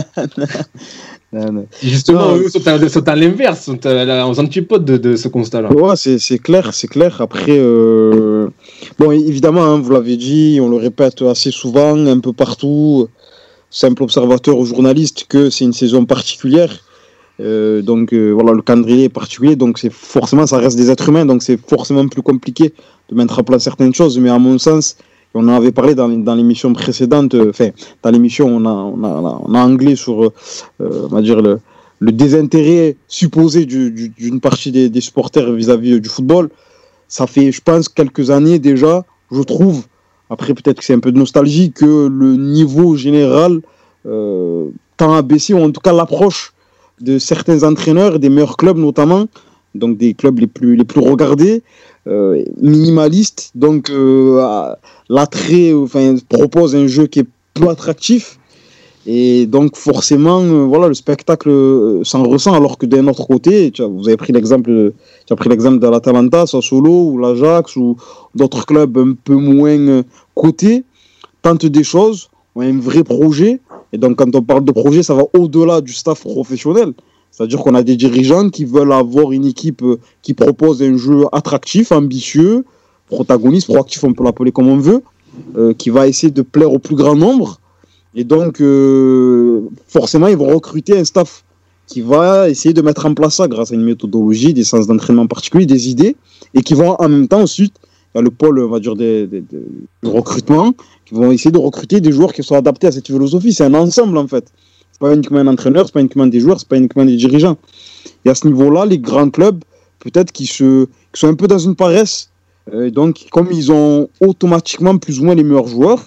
Non, non. Justement, non. eux sont à, sont à l'inverse, sont à, aux antipodes de, de ce constat-là. Ouais, c'est, c'est clair, c'est clair. Après, euh... bon, évidemment, hein, vous l'avez dit, on le répète assez souvent, un peu partout, simple observateur ou journaliste, que c'est une saison particulière. Euh, donc euh, voilà, le calendrier est particulier, donc c'est forcément, ça reste des êtres humains, donc c'est forcément plus compliqué de mettre en place certaines choses. Mais à mon sens, on en avait parlé dans, dans l'émission précédente, enfin, euh, dans l'émission, on a, on a, on a anglais sur, euh, on va dire, le, le désintérêt supposé du, du, d'une partie des, des supporters vis-à-vis du football. Ça fait, je pense, quelques années déjà, je trouve, après peut-être que c'est un peu de nostalgie, que le niveau général euh, tend à baisser, ou en tout cas l'approche de certains entraîneurs, des meilleurs clubs notamment, donc des clubs les plus, les plus regardés, euh, minimalistes, donc euh, l'attrait, enfin, propose un jeu qui est plus attractif, et donc forcément, euh, voilà, le spectacle euh, s'en ressent, alors que d'un autre côté, tu vois, vous avez pris l'exemple, tu as pris l'exemple de l'Atalanta, Sassuolo, ou l'Ajax, ou d'autres clubs un peu moins cotés, tentent des choses, ont un vrai projet, Et donc, quand on parle de projet, ça va au-delà du staff professionnel. C'est-à-dire qu'on a des dirigeants qui veulent avoir une équipe qui propose un jeu attractif, ambitieux, protagoniste, proactif, on peut l'appeler comme on veut, euh, qui va essayer de plaire au plus grand nombre. Et donc, euh, forcément, ils vont recruter un staff qui va essayer de mettre en place ça grâce à une méthodologie, des sens d'entraînement particuliers, des idées, et qui vont en même temps ensuite, il y a le pôle, on va dire, des, des, des, du recrutement, qui vont essayer de recruter des joueurs qui sont adaptés à cette philosophie. C'est un ensemble, en fait. C'est pas uniquement un entraîneur, c'est pas uniquement des joueurs, c'est pas uniquement des dirigeants. Et à ce niveau-là, les grands clubs, peut-être qu'ils se, qui sont un peu dans une paresse. Euh, donc, comme ils ont automatiquement plus ou moins les meilleurs joueurs,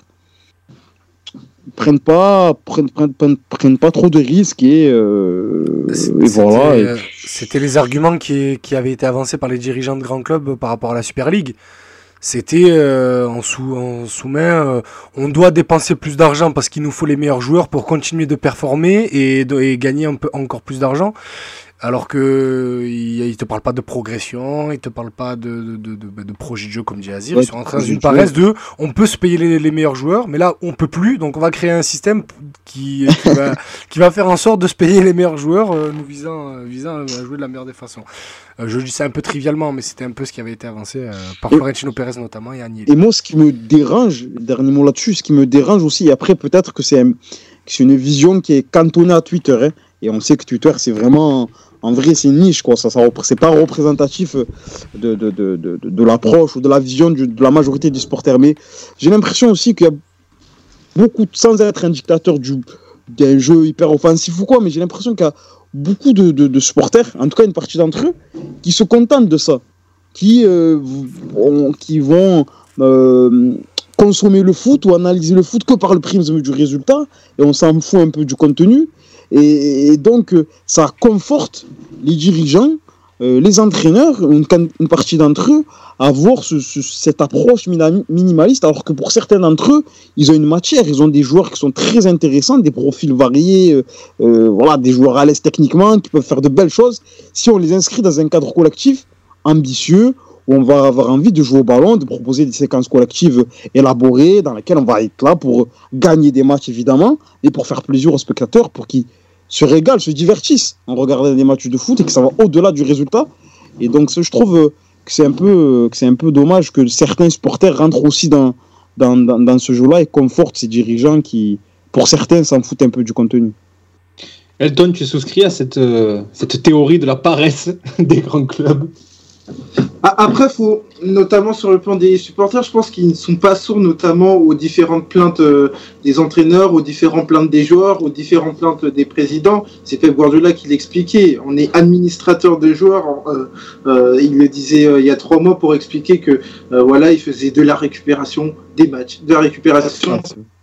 ils prennent pas, prennent, prennent, prennent, prennent pas trop de risques et, euh, et voilà. Et... C'était les arguments qui, qui avaient été avancés par les dirigeants de grands clubs par rapport à la Super League. C'était euh, en, sous, en sous-main, euh, on doit dépenser plus d'argent parce qu'il nous faut les meilleurs joueurs pour continuer de performer et, de, et gagner un peu, encore plus d'argent. Alors que il, il te parle pas de progression, il te parle pas de, de, de, de, de projet de jeu comme dit Azir. Ouais, ils sont en train d'une paresse de, on peut se payer les, les meilleurs joueurs, mais là on peut plus, donc on va créer un système qui, qui, va, qui va faire en sorte de se payer les meilleurs joueurs, euh, nous visant, euh, visant à jouer de la meilleure des façons. Euh, je dis ça un peu trivialement, mais c'était un peu ce qui avait été avancé euh, par Florentino Pérez notamment et Agnelli. Et moi, ce qui me dérange, dernier mot là-dessus, ce qui me dérange aussi, et après peut-être que c'est, un, que c'est une vision qui est cantonnée à Twitter, hein, et on sait que Twitter c'est vraiment en vrai, c'est une niche, quoi. Ça, ça, c'est pas représentatif de, de, de, de, de l'approche ou de la vision du, de la majorité des supporters. Mais j'ai l'impression aussi qu'il y a beaucoup, sans être un dictateur du, d'un jeu hyper offensif ou quoi, mais j'ai l'impression qu'il y a beaucoup de, de, de supporters, en tout cas une partie d'entre eux, qui se contentent de ça, qui, euh, vont, qui vont euh, consommer le foot ou analyser le foot que par le prisme du résultat, et on s'en fout un peu du contenu. Et, et donc, ça conforte les dirigeants, euh, les entraîneurs, une, une partie d'entre eux, à avoir ce, ce, cette approche minimaliste, alors que pour certains d'entre eux, ils ont une matière, ils ont des joueurs qui sont très intéressants, des profils variés, euh, euh, voilà, des joueurs à l'aise techniquement, qui peuvent faire de belles choses, si on les inscrit dans un cadre collectif ambitieux, où on va avoir envie de jouer au ballon, de proposer des séquences collectives élaborées, dans lesquelles on va être là pour gagner des matchs, évidemment, et pour faire plaisir aux spectateurs, pour qu'ils se régalent, se divertissent en regardant des matchs de foot, et que ça va au-delà du résultat. Et donc, je trouve que c'est un peu, que c'est un peu dommage que certains supporters rentrent aussi dans, dans, dans, dans ce jeu-là et confortent ces dirigeants qui, pour certains, s'en foutent un peu du contenu. Elton, tu souscris à cette, euh, cette théorie de la paresse des grands clubs? Après, faut, notamment sur le plan des supporters, je pense qu'ils ne sont pas sourds notamment aux différentes plaintes euh, des entraîneurs, aux différentes plaintes des joueurs, aux différentes plaintes des présidents. C'est Pep Guardiola qui l'expliquait. On est administrateur de joueurs. Euh, euh, il le disait euh, il y a trois mois pour expliquer que euh, voilà, il faisait de la récupération des matchs, de la récupération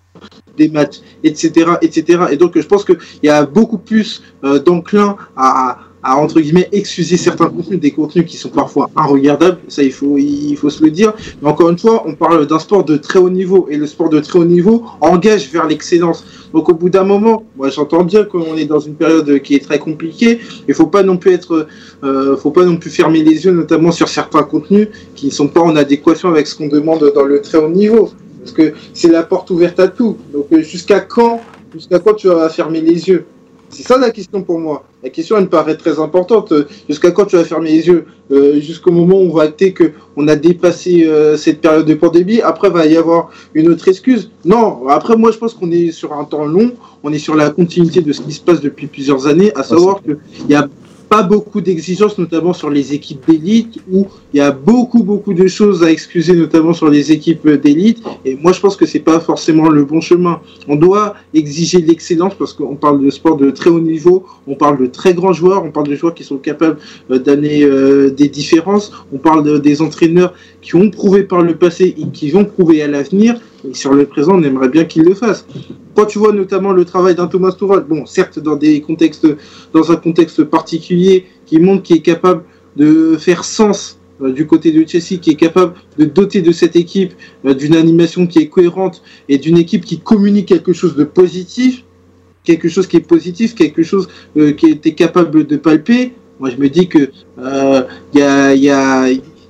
des matchs, et cetera, et cetera. Et donc, je pense qu'il y a beaucoup plus euh, d'enclin à, à à, entre guillemets, excuser certains contenus, des contenus qui sont parfois inregardables, ça il faut, il faut se le dire, mais encore une fois, on parle d'un sport de très haut niveau, et le sport de très haut niveau engage vers l'excellence. Donc au bout d'un moment, moi j'entends bien qu'on est dans une période qui est très compliquée, il faut pas non plus être, euh, faut pas non plus fermer les yeux, notamment sur certains contenus qui ne sont pas en adéquation avec ce qu'on demande dans le très haut niveau, parce que c'est la porte ouverte à tout. Donc jusqu'à quand, jusqu'à quand tu vas fermer les yeux? C'est ça la question pour moi. La question, elle me paraît très importante. Jusqu'à quand tu vas fermer les yeux euh, jusqu'au moment où on va acter qu'on a dépassé euh, cette période de pandémie. Après, il va y avoir une autre excuse. Non, après, moi, je pense qu'on est sur un temps long. On est sur la continuité de ce qui se passe depuis plusieurs années, à savoir qu'il y a pas beaucoup d'exigences, notamment sur les équipes d'élite, où il y a beaucoup, beaucoup de choses à excuser, notamment sur les équipes d'élite. Et moi, je pense que c'est pas forcément le bon chemin. On doit exiger l'excellence parce qu'on parle de sport de très haut niveau, on parle de très grands joueurs, on parle de joueurs qui sont capables d'amener euh, des différences, on parle de, des entraîneurs qui ont prouvé par le passé et qui vont prouver à l'avenir. Et sur le présent, on aimerait bien qu'ils le fassent. Quand tu vois notamment le travail d'un Thomas Tuchel, bon, certes dans des contextes, dans un contexte particulier, qui montre qu'il est capable de faire sens euh, du côté de Chelsea, qui est capable de doter de cette équipe euh, d'une animation qui est cohérente et d'une équipe qui communique quelque chose de positif, quelque chose qui est positif, quelque chose euh, qui était capable de palper. Moi, je me dis que euh, y a, y a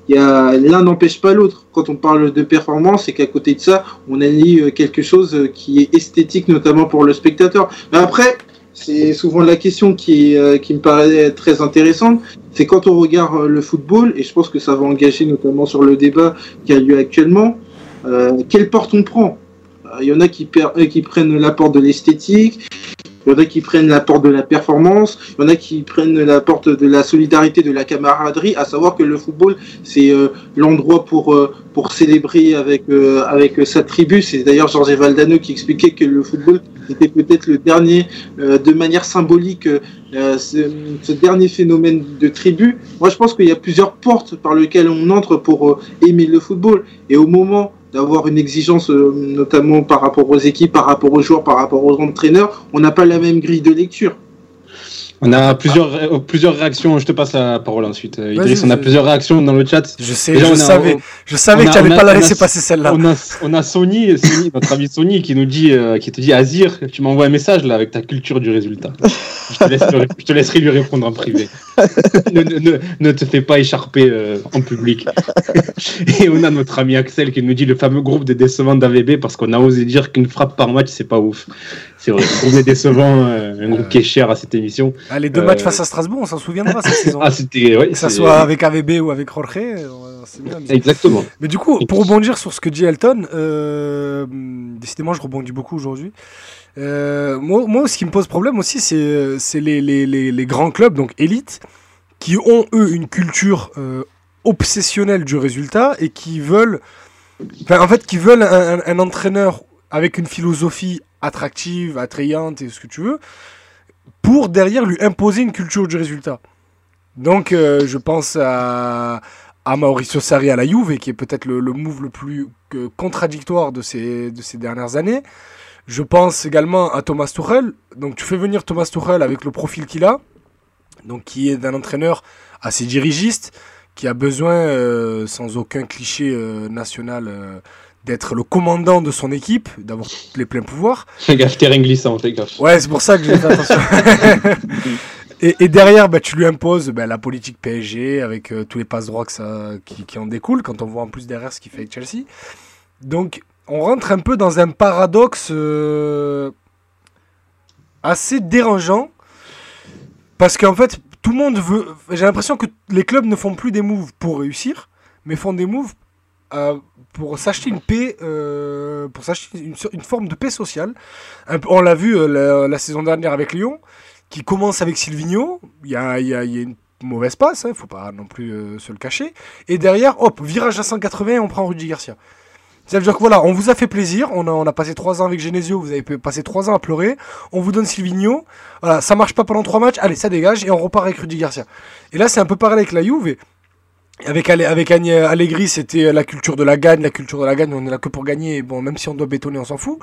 il y a, l'un n'empêche pas l'autre. Quand on parle de performance, c'est qu'à côté de ça, on allie quelque chose qui est esthétique, notamment pour le spectateur. Mais après, c'est souvent la question qui, euh, qui me paraît très intéressante, c'est quand on regarde le football, et je pense que ça va engager notamment sur le débat qui a lieu actuellement, euh, quelle porte on prend ? Il y en a qui, per- qui prennent la porte de l'esthétique, il y en a qui prennent la porte de la performance, il y en a qui prennent la porte de la solidarité, de la camaraderie, à savoir que le football, c'est euh, l'endroit pour, euh, pour célébrer avec, euh, avec sa tribu. C'est d'ailleurs Jorge Valdano qui expliquait que le football était peut-être le dernier, euh, de manière symbolique, euh, ce, ce dernier phénomène de tribu. Moi, je pense qu'il y a plusieurs portes par lesquelles on entre pour euh, aimer le football. Et au moment d'avoir une exigence, euh, notamment par rapport aux équipes, par rapport aux joueurs, par rapport aux entraîneurs, on n'a pas la même grille de lecture. On a plusieurs, euh, plusieurs réactions. Je te passe la parole ensuite. Euh, Idriss, on a je... plusieurs réactions dans le chat. Je sais, Déjà, je, a, savais, on, je savais que tu n'allais pas la laisser a, passer celle-là. On a, on a Sony, Sony, notre ami Sony, qui nous dit, euh, qui te dit, Azir, tu m'envoies un message là avec ta culture du résultat. Je te, laisse, je te laisserai lui répondre en privé. ne, ne, ne te fais pas écharper euh, en public. Et on a notre ami Axel qui nous dit le fameux groupe des décevants d'A V B parce qu'on a osé dire qu'une frappe par match, c'est pas ouf. C'est vrai, le groupe des décevants, euh, un groupe qui est cher à cette émission. Ah, les deux euh... matchs face à Strasbourg, on s'en souviendra cette saison. Ah, c'était, ouais, que ça soit avec A V B ou avec Jorge, c'est bien. Mais... Exactement. Mais du coup, pour rebondir sur ce que dit Elton, euh, décidément, je rebondis beaucoup aujourd'hui. Euh, moi, moi, ce qui me pose problème aussi, c'est, c'est les, les, les, les grands clubs, donc élites, qui ont, eux, une culture euh, obsessionnelle du résultat et qui veulent, enfin, en fait, qui veulent un, un, un entraîneur avec une philosophie attractive, attrayante et ce que tu veux, pour derrière lui imposer une culture du résultat. Donc, euh, je pense à, à Mauricio Sarri à la Juve, qui est peut-être le, le move le plus euh, contradictoire de ces, de ces dernières années. Je pense également à Thomas Tuchel. Donc, tu fais venir Thomas Tuchel avec le profil qu'il a, donc qui est d'un entraîneur assez dirigiste, qui a besoin, euh, sans aucun cliché euh, national, euh, d'être le commandant de son équipe, d'avoir les pleins pouvoirs. Fais gaffe, terrain glissant, fais gaffe. Ouais, c'est pour ça que j'ai fait attention. et, et derrière, bah, tu lui imposes bah, la politique P S G avec euh, tous les passes droits que ça, qui, qui en découlent, quand on voit en plus derrière ce qu'il fait avec Chelsea. Donc, on rentre un peu dans un paradoxe euh, assez dérangeant, parce qu'en fait, tout le monde veut... J'ai l'impression que les clubs ne font plus des moves pour réussir, mais font des moves euh, pour s'acheter une paix, euh, pour s'acheter une, une forme de paix sociale. Un peu, on l'a vu euh, la, la saison dernière avec Lyon, qui commence avec Silvinho. Il y a, y a, y a une mauvaise passe, il hein, ne faut pas non plus euh, se le cacher. Et derrière, hop, virage à cent quatre-vingts et on prend Rudy Garcia. Ça veut dire que voilà, on vous a fait plaisir, on a, on a passé trois ans avec Genesio, vous avez passé trois ans à pleurer, on vous donne Silvinho, voilà, ça marche pas pendant trois matchs, allez, ça dégage, et on repart avec Rudy Garcia. Et là, c'est un peu pareil avec la Juve, et avec, avec Allegri, c'était la culture de la gagne, la culture de la gagne, on est là que pour gagner, et bon, même si on doit bétonner, on s'en fout.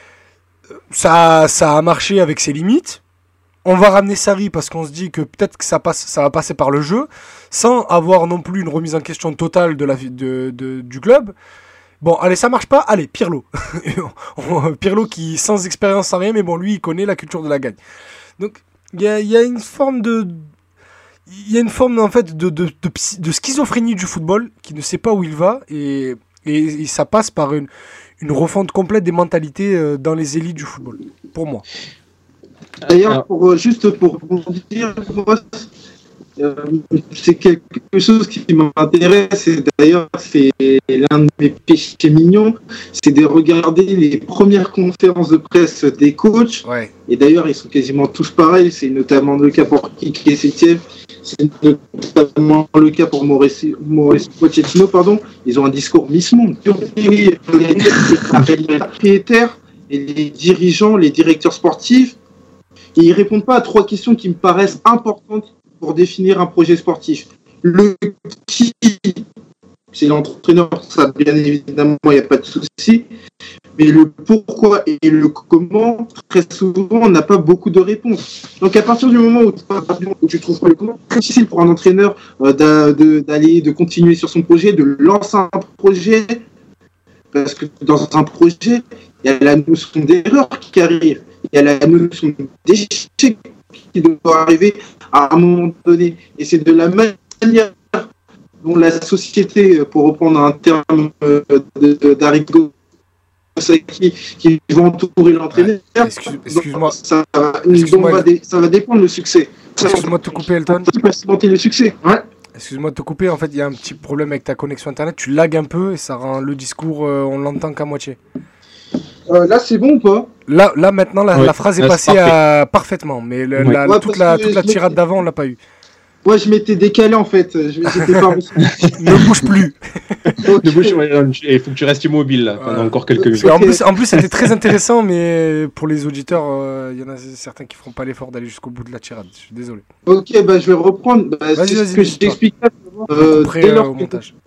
Ça, ça a marché avec ses limites. On va ramener Sarri parce qu'on se dit que peut-être que ça, passe, ça va passer par le jeu, sans avoir non plus une remise en question totale de la, de, de, du club. Bon, allez, ça marche pas, allez, Pirlo. Pirlo qui, sans expérience, sans rien, mais bon, lui, il connaît la culture de la gagne. Donc, il y a, y a une forme de... Il y a une forme, en fait, de, de, de, de schizophrénie du football, qui ne sait pas où il va, et, et, et ça passe par une, une refonte complète des mentalités dans les élites du football, pour moi. D'ailleurs, pour, juste pour dire, moi, euh, c'est quelque chose qui m'intéresse, et d'ailleurs c'est l'un de mes péchés mignons, c'est de regarder les premières conférences de presse des coachs, ouais. Et d'ailleurs ils sont quasiment tous pareils, c'est notamment le cas pour Kiki et Septième, c'est notamment le cas pour Mauricio, Mauricio Pochettino, pardon, ils ont un discours Miss-Monde, les propriétaires et les dirigeants, les directeurs sportifs, et ils répondent pas à trois questions qui me paraissent importantes pour définir un projet sportif. Le qui, c'est l'entraîneur, ça bien évidemment, il n'y a pas de souci. Mais le pourquoi et le comment, très souvent, on n'a pas beaucoup de réponses. Donc à partir du moment où, où tu trouves pas le comment, c'est difficile pour un entraîneur euh, d'a, de, d'aller, de continuer sur son projet, de lancer un projet, parce que dans un projet, il y a la notion d'erreur qui arrive, il y a la notion d'échec qui doit arriver à un moment donné. Et c'est de la manière dont la société, pour reprendre un terme d'Arrigo Sacchi, qui vont entourer l'entraîneur, ouais, excuse, excuse-moi. Ça, excuse-moi, va dé, ça va dépendre le succès. Excuse-moi de te couper, Elton. Ça va cimenter le succès. Ouais. Excuse-moi de te couper, en fait, il y a un petit problème avec ta connexion internet. Tu lags un peu et ça rend le discours, euh, on l'entend qu'à moitié. Euh, là, c'est bon ou pas? Là, là maintenant, la, ouais, la phrase est là, passée à... parfaitement, mais le, ouais. la, Ouais, toute la, toute la je tirade d'avant, on l'a pas eu. Ouais, je m'étais décalé en fait. Je, j'étais pas Ne bouge plus. Okay. Ne bouge plus. Il faut que tu restes immobile là, pendant voilà. encore quelques minutes. Okay. En plus, en plus, c'était très intéressant, mais pour les auditeurs, il euh, y en a certains qui feront pas l'effort d'aller jusqu'au bout de la tirade. Je suis désolé. Ok, bah je vais reprendre. Bah, vas-y, c'est vas-y, ce que je t'expliquais. Euh, dès, lors au montage. Que,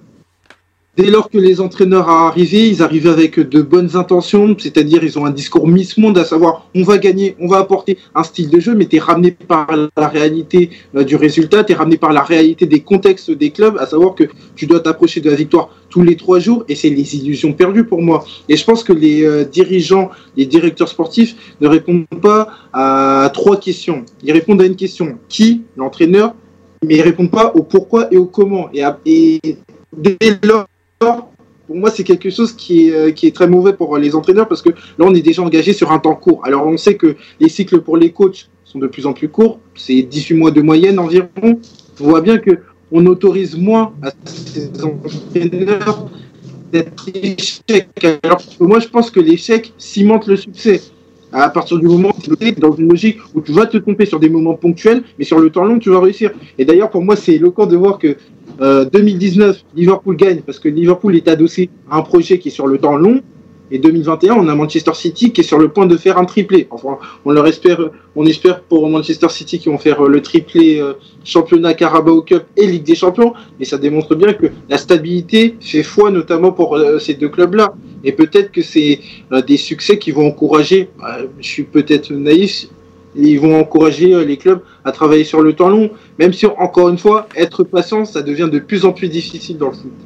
dès lors que les entraîneurs arrivaient, ils arrivaient avec de bonnes intentions, c'est-à-dire ils ont un discours Miss Monde, à savoir on va gagner, on va apporter un style de jeu, mais t'es ramené par la réalité euh, du résultat, t'es ramené par la réalité des contextes des clubs, à savoir que tu dois t'approcher de la victoire tous les trois jours, et c'est les illusions perdues pour moi. Et je pense que les euh, dirigeants, les directeurs sportifs ne répondent pas à trois questions. Ils répondent à une question, qui, l'entraîneur, mais ils répondent pas au pourquoi et au comment. Et, à, et dès lors, pour moi, c'est quelque chose qui est, euh, qui est très mauvais pour les entraîneurs parce que là, on est déjà engagé sur un temps court. Alors, on sait que les cycles pour les coachs sont de plus en plus courts. C'est dix-huit mois de moyenne environ. On voit bien qu'on autorise moins à ces entraîneurs d'être échecs. Alors que moi, je pense que l'échec cimente le succès. À partir du moment où tu es dans une logique où tu vas te tromper sur des moments ponctuels, mais sur le temps long, tu vas réussir. Et d'ailleurs, pour moi, c'est éloquent de voir que euh, deux mille dix-neuf, Liverpool gagne parce que Liverpool est adossé à un projet qui est sur le temps long. Et deux mille vingt et un, on a Manchester City qui est sur le point de faire un triplé. Enfin, on leur espère, on espère pour Manchester City qu'ils vont faire le triplé euh, championnat Carabao Cup et Ligue des Champions. Mais ça démontre bien que la stabilité fait foi, notamment pour euh, ces deux clubs-là. Et peut-être que c'est euh, des succès qui vont encourager, euh, je suis peut-être naïf, ils vont encourager euh, les clubs à travailler sur le temps long. Même si, encore une fois, être patient, ça devient de plus en plus difficile dans le foot.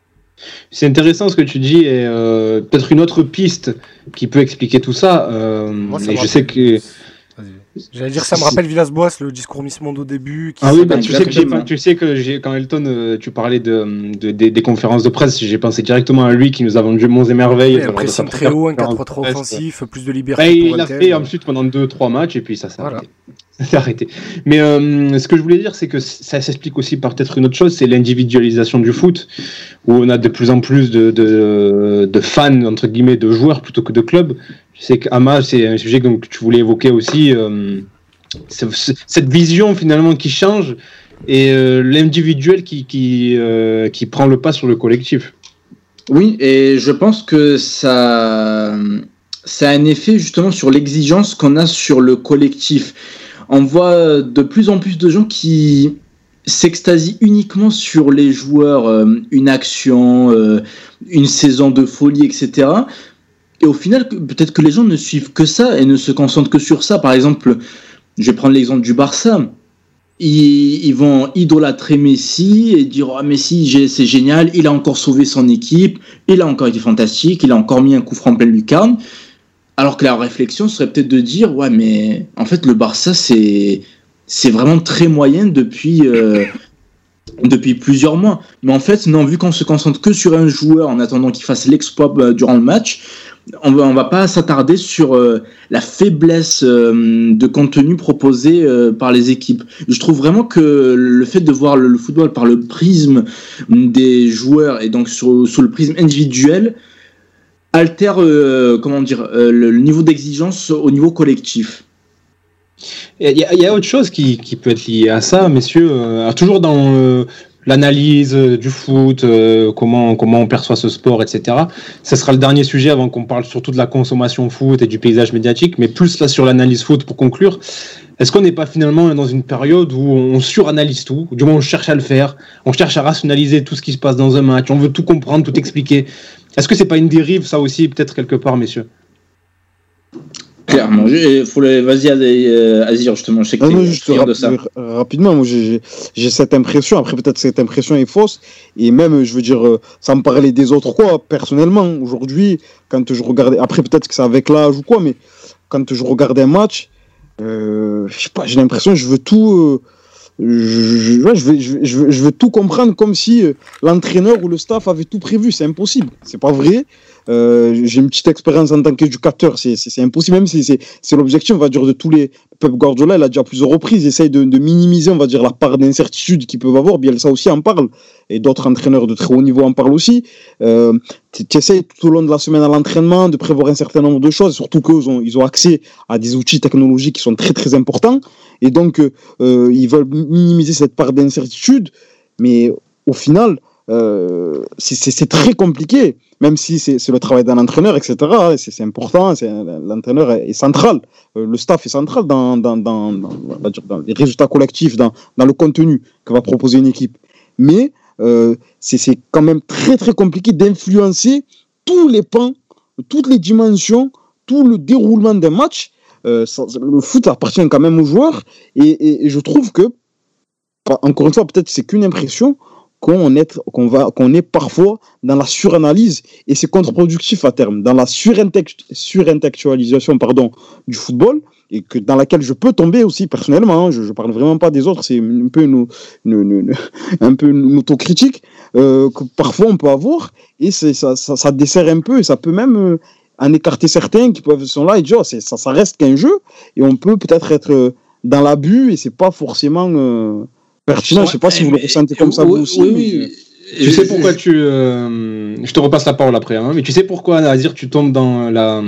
C'est intéressant ce que tu dis et euh, peut-être une autre piste qui peut expliquer tout ça. Euh, Moi, ça et je sais que j'allais dire, ça me rappelle Villas-Boas, le discours Miss Monde au début. Qui ah oui, bah, tu, sais que j'ai, tu sais que j'ai, quand Elton, euh, tu parlais de, de, de, des conférences de presse, j'ai pensé directement à lui qui nous a vendu Monts et Merveilles. Un pressing très haut, un quatre trois trois offensif, plus de liberté. Bah, il l'a fait ensuite pendant deux trois matchs et puis ça s'est voilà. arrêté. Ça s'est arrêté. Mais euh, ce que je voulais dire, c'est que ça s'explique aussi par peut-être une autre chose, c'est l'individualisation du foot, où on a de plus en plus de, de, de fans, entre guillemets, de joueurs plutôt que de clubs. Je sais qu'Ama, c'est un sujet que tu voulais évoquer aussi, euh, cette vision finalement qui change et euh, l'individuel qui, qui, euh, qui prend le pas sur le collectif. Oui, et je pense que ça, ça a un effet justement sur l'exigence qu'on a sur le collectif. On voit de plus en plus de gens qui s'extasient uniquement sur les joueurs, euh, une action, euh, une saison de folie, et cetera. Et au final, peut-être que les gens ne suivent que ça et ne se concentrent que sur ça. Par exemple, je vais prendre l'exemple du Barça. Ils, ils vont idolâtrer Messi et dire oh, « Messi, c'est génial, il a encore sauvé son équipe, il a encore été fantastique, il a encore mis un coup franc en pleine lucarne. » Alors que la réflexion serait peut-être de dire « Ouais, mais en fait, le Barça, c'est, c'est vraiment très moyen depuis, euh, depuis plusieurs mois. » Mais en fait, non, vu qu'on se concentre que sur un joueur en attendant qu'il fasse l'exploit euh, durant le match, on va, on va pas s'attarder sur euh, la faiblesse euh, de contenu proposé euh, par les équipes. Je trouve vraiment que le fait de voir le, le football par le prisme des joueurs et donc sur, sous le prisme individuel altère euh, comment dire, euh, le, le niveau d'exigence au niveau collectif. Il y, y a autre chose qui, qui peut être lié à ça, messieurs. Euh, toujours dans euh, l'analyse du foot, euh, comment, comment on perçoit ce sport, et cetera. Ce sera le dernier sujet avant qu'on parle surtout de la consommation foot et du paysage médiatique, mais plus là sur l'analyse foot pour conclure. Est-ce qu'on n'est pas finalement dans une période où on suranalyse tout, ou du moins on cherche à le faire, on cherche à rationaliser tout ce qui se passe dans un match, on veut tout comprendre, tout expliquer. Est-ce que c'est pas une dérive, ça aussi, peut-être quelque part, messieurs? Clairement, il faut les... vas-y Azir, justement, je sais que ah tu non, juste es rap- de ça. Rapidement, moi j'ai, j'ai cette impression, après peut-être cette impression est fausse, et même, je veux dire, sans me parler des autres, quoi, personnellement, aujourd'hui, quand je regardais, après peut-être que c'est avec l'âge ou quoi, mais quand je regarde un match, euh, je sais pas, j'ai l'impression que je veux tout, euh, je, ouais, je, vais, je, vais, je vais tout comprendre comme si euh, l'entraîneur ou le staff avait tout prévu. C'est impossible. C'est pas vrai. Euh, j'ai une petite expérience en tant qu'éducateur. C'est, c'est, c'est impossible. Même si c'est, c'est l'objectif, on va dire, de tous les. Pep Guardiola, il a déjà à plusieurs reprises, il essaye de, de minimiser, on va dire, la part d'incertitude qu'ils peuvent avoir. Bielsa aussi en parle. Et d'autres entraîneurs de très haut niveau en parlent aussi. Euh, tu essayes tout au long de la semaine à l'entraînement de prévoir un certain nombre de choses, surtout qu'ils ont, ils ont accès à des outils technologiques qui sont très très importants. Et donc, euh, ils veulent minimiser cette part d'incertitude. Mais au final, euh, c'est, c'est, c'est très compliqué, même si c'est, c'est le travail d'un entraîneur, et cetera. C'est, c'est important, c'est, l'entraîneur est, est central. Euh, le staff est central dans, dans, dans, dans, on va dire, dans les résultats collectifs, dans, dans le contenu que va proposer une équipe. Mais euh, c'est, c'est quand même très très compliqué d'influencer tous les pans, toutes les dimensions, tout le déroulement d'un match. Euh, ça, le foot appartient quand même aux joueurs et, et, et je trouve que, encore une fois, peut-être c'est qu'une impression qu'on est, qu'on va, qu'on est parfois dans la suranalyse et c'est contre-productif à terme, dans la surintellectualisation pardon, du football et que, dans laquelle je peux tomber aussi personnellement, hein, je ne parle vraiment pas des autres, c'est un peu une, une, une, un peu une autocritique euh, que parfois on peut avoir et c'est, ça, ça, ça dessert un peu et ça peut même euh, en écarter certains qui peuvent sont là et dire oh, c'est, ça, ça reste qu'un jeu et on peut peut-être être dans l'abus et c'est pas forcément euh, pertinent. Je sais pas si vous le ressentez comme ça vous aussi. Oui, oui. Tu sais pourquoi tu... Euh, je te repasse la parole après, hein, mais tu sais pourquoi, Nazir, tu tombes dans la,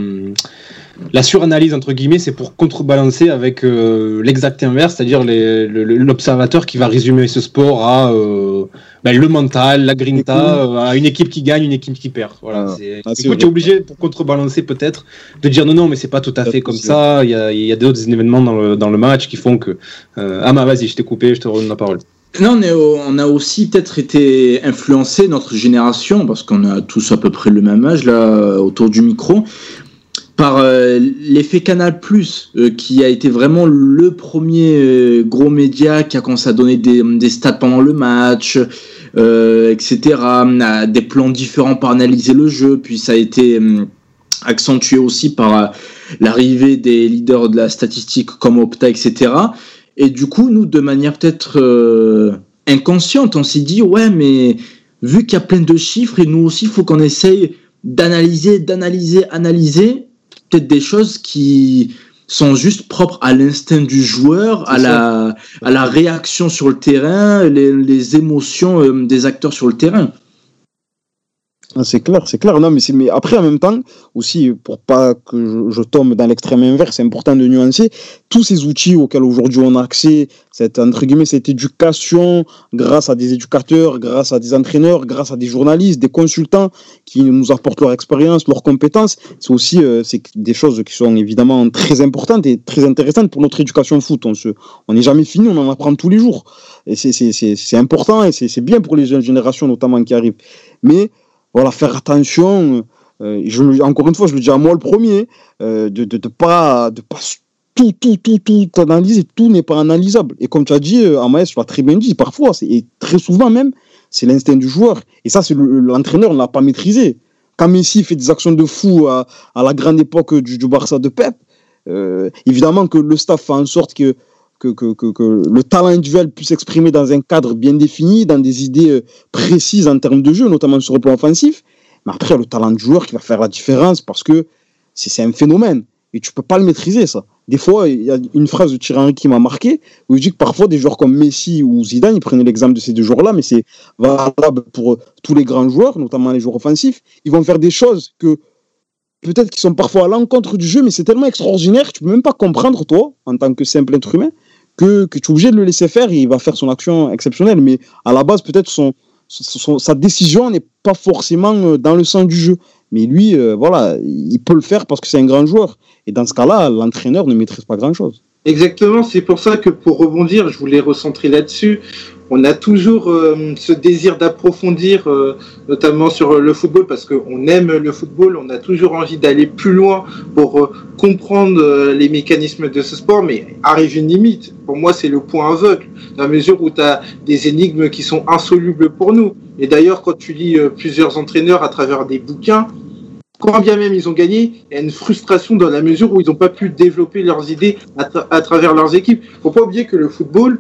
la suranalyse, entre guillemets, c'est pour contrebalancer avec euh, l'exact inverse, c'est-à-dire les, le, l'observateur qui va résumer ce sport à euh, ben, le mental, la grinta, euh, à une équipe qui gagne, une équipe qui perd. Voilà, ah, c'est... Ah, c'est du coup, tu es obligé, pour contrebalancer peut-être, de dire non, non, mais c'est pas tout à fait comme ça, il y a, il y a d'autres événements dans le, dans le match qui font que... Euh, ah, bah vas-y, je t'ai coupé, je te redonne la parole. Non, on, est, on a aussi peut-être été influencé, notre génération, parce qu'on a tous à peu près le même âge là autour du micro, par euh, l'effet Canal+, euh, qui a été vraiment le premier euh, gros média qui a commencé à donner des, des stats pendant le match, euh, et cetera. A des plans différents pour analyser le jeu, puis ça a été euh, accentué aussi par euh, l'arrivée des leaders de la statistique comme Opta, et cetera. Et du coup, nous, de manière peut-être euh, inconsciente, on s'est dit, ouais, mais vu qu'il y a plein de chiffres, et nous aussi, il faut qu'on essaye d'analyser, d'analyser, analyser peut-être des choses qui sont juste propres à l'instinct du joueur, à la, à la réaction sur le terrain, les, les émotions euh, des acteurs sur le terrain. C'est clair, c'est clair. Non, mais, c'est, mais après, en même temps, aussi, pour pas que je, je tombe dans l'extrême inverse, c'est important de nuancer. Tous ces outils auxquels aujourd'hui on a accès, cette, entre guillemets, cette éducation, grâce à des éducateurs, grâce à des entraîneurs, grâce à des journalistes, des consultants qui nous apportent leur expérience, leurs compétences, c'est aussi euh, c'est des choses qui sont évidemment très importantes et très intéressantes pour notre éducation foot. On se, on n'est jamais fini, on en apprend tous les jours. Et c'est, c'est, c'est, c'est important et c'est, c'est bien pour les jeunes générations notamment qui arrivent. Mais voilà, faire attention, euh, je, encore une fois, je le dis à moi le premier, euh, de ne de, de pas, de pas tout, tout, tout, tout analyser, tout n'est pas analysable. Et comme tu as dit, Amaes, tu l'as très bien dit, parfois, c'est, et très souvent même, c'est l'instinct du joueur. Et ça, c'est le, l'entraîneur ne l'a pas maîtrisé. Quand Messi fait des actions de fou à, à la grande époque du, du Barça de Pep, euh, évidemment que le staff fait en sorte que Que, que, que, que le talent individuel puisse s'exprimer dans un cadre bien défini, dans des idées précises en termes de jeu, notamment sur le plan offensif. Mais après, le talent du joueur qui va faire la différence parce que c'est, c'est un phénomène. Et tu ne peux pas le maîtriser, ça. Des fois, il y a une phrase de Thierry Henry qui m'a marqué, où il dit que parfois, des joueurs comme Messi ou Zidane, ils prenaient l'exemple de ces deux joueurs-là, mais c'est valable pour tous les grands joueurs, notamment les joueurs offensifs. Ils vont faire des choses que peut-être qui sont parfois à l'encontre du jeu, mais c'est tellement extraordinaire que tu ne peux même pas comprendre, toi, en tant que simple être humain, que, que tu es obligé de le laisser faire et il va faire son action exceptionnelle. Mais à la base, peut-être son, son, sa décision n'est pas forcément dans le sens du jeu. Mais lui, euh, voilà, il peut le faire parce que c'est un grand joueur. Et dans ce cas-là, l'entraîneur ne maîtrise pas grand-chose. Exactement, c'est pour ça que pour rebondir, je voulais recentrer là-dessus. On a toujours euh, ce désir d'approfondir, euh, notamment sur le football, parce qu'on aime le football, on a toujours envie d'aller plus loin pour euh, comprendre euh, les mécanismes de ce sport, mais arrive une limite. Pour moi, c'est le point aveugle, dans la mesure où tu as des énigmes qui sont insolubles pour nous. Et d'ailleurs, quand tu lis euh, plusieurs entraîneurs à travers des bouquins, quand bien même ils ont gagné, il y a une frustration dans la mesure où ils n'ont pas pu développer leurs idées à, tra- à travers leurs équipes. Il ne faut pas oublier que le football,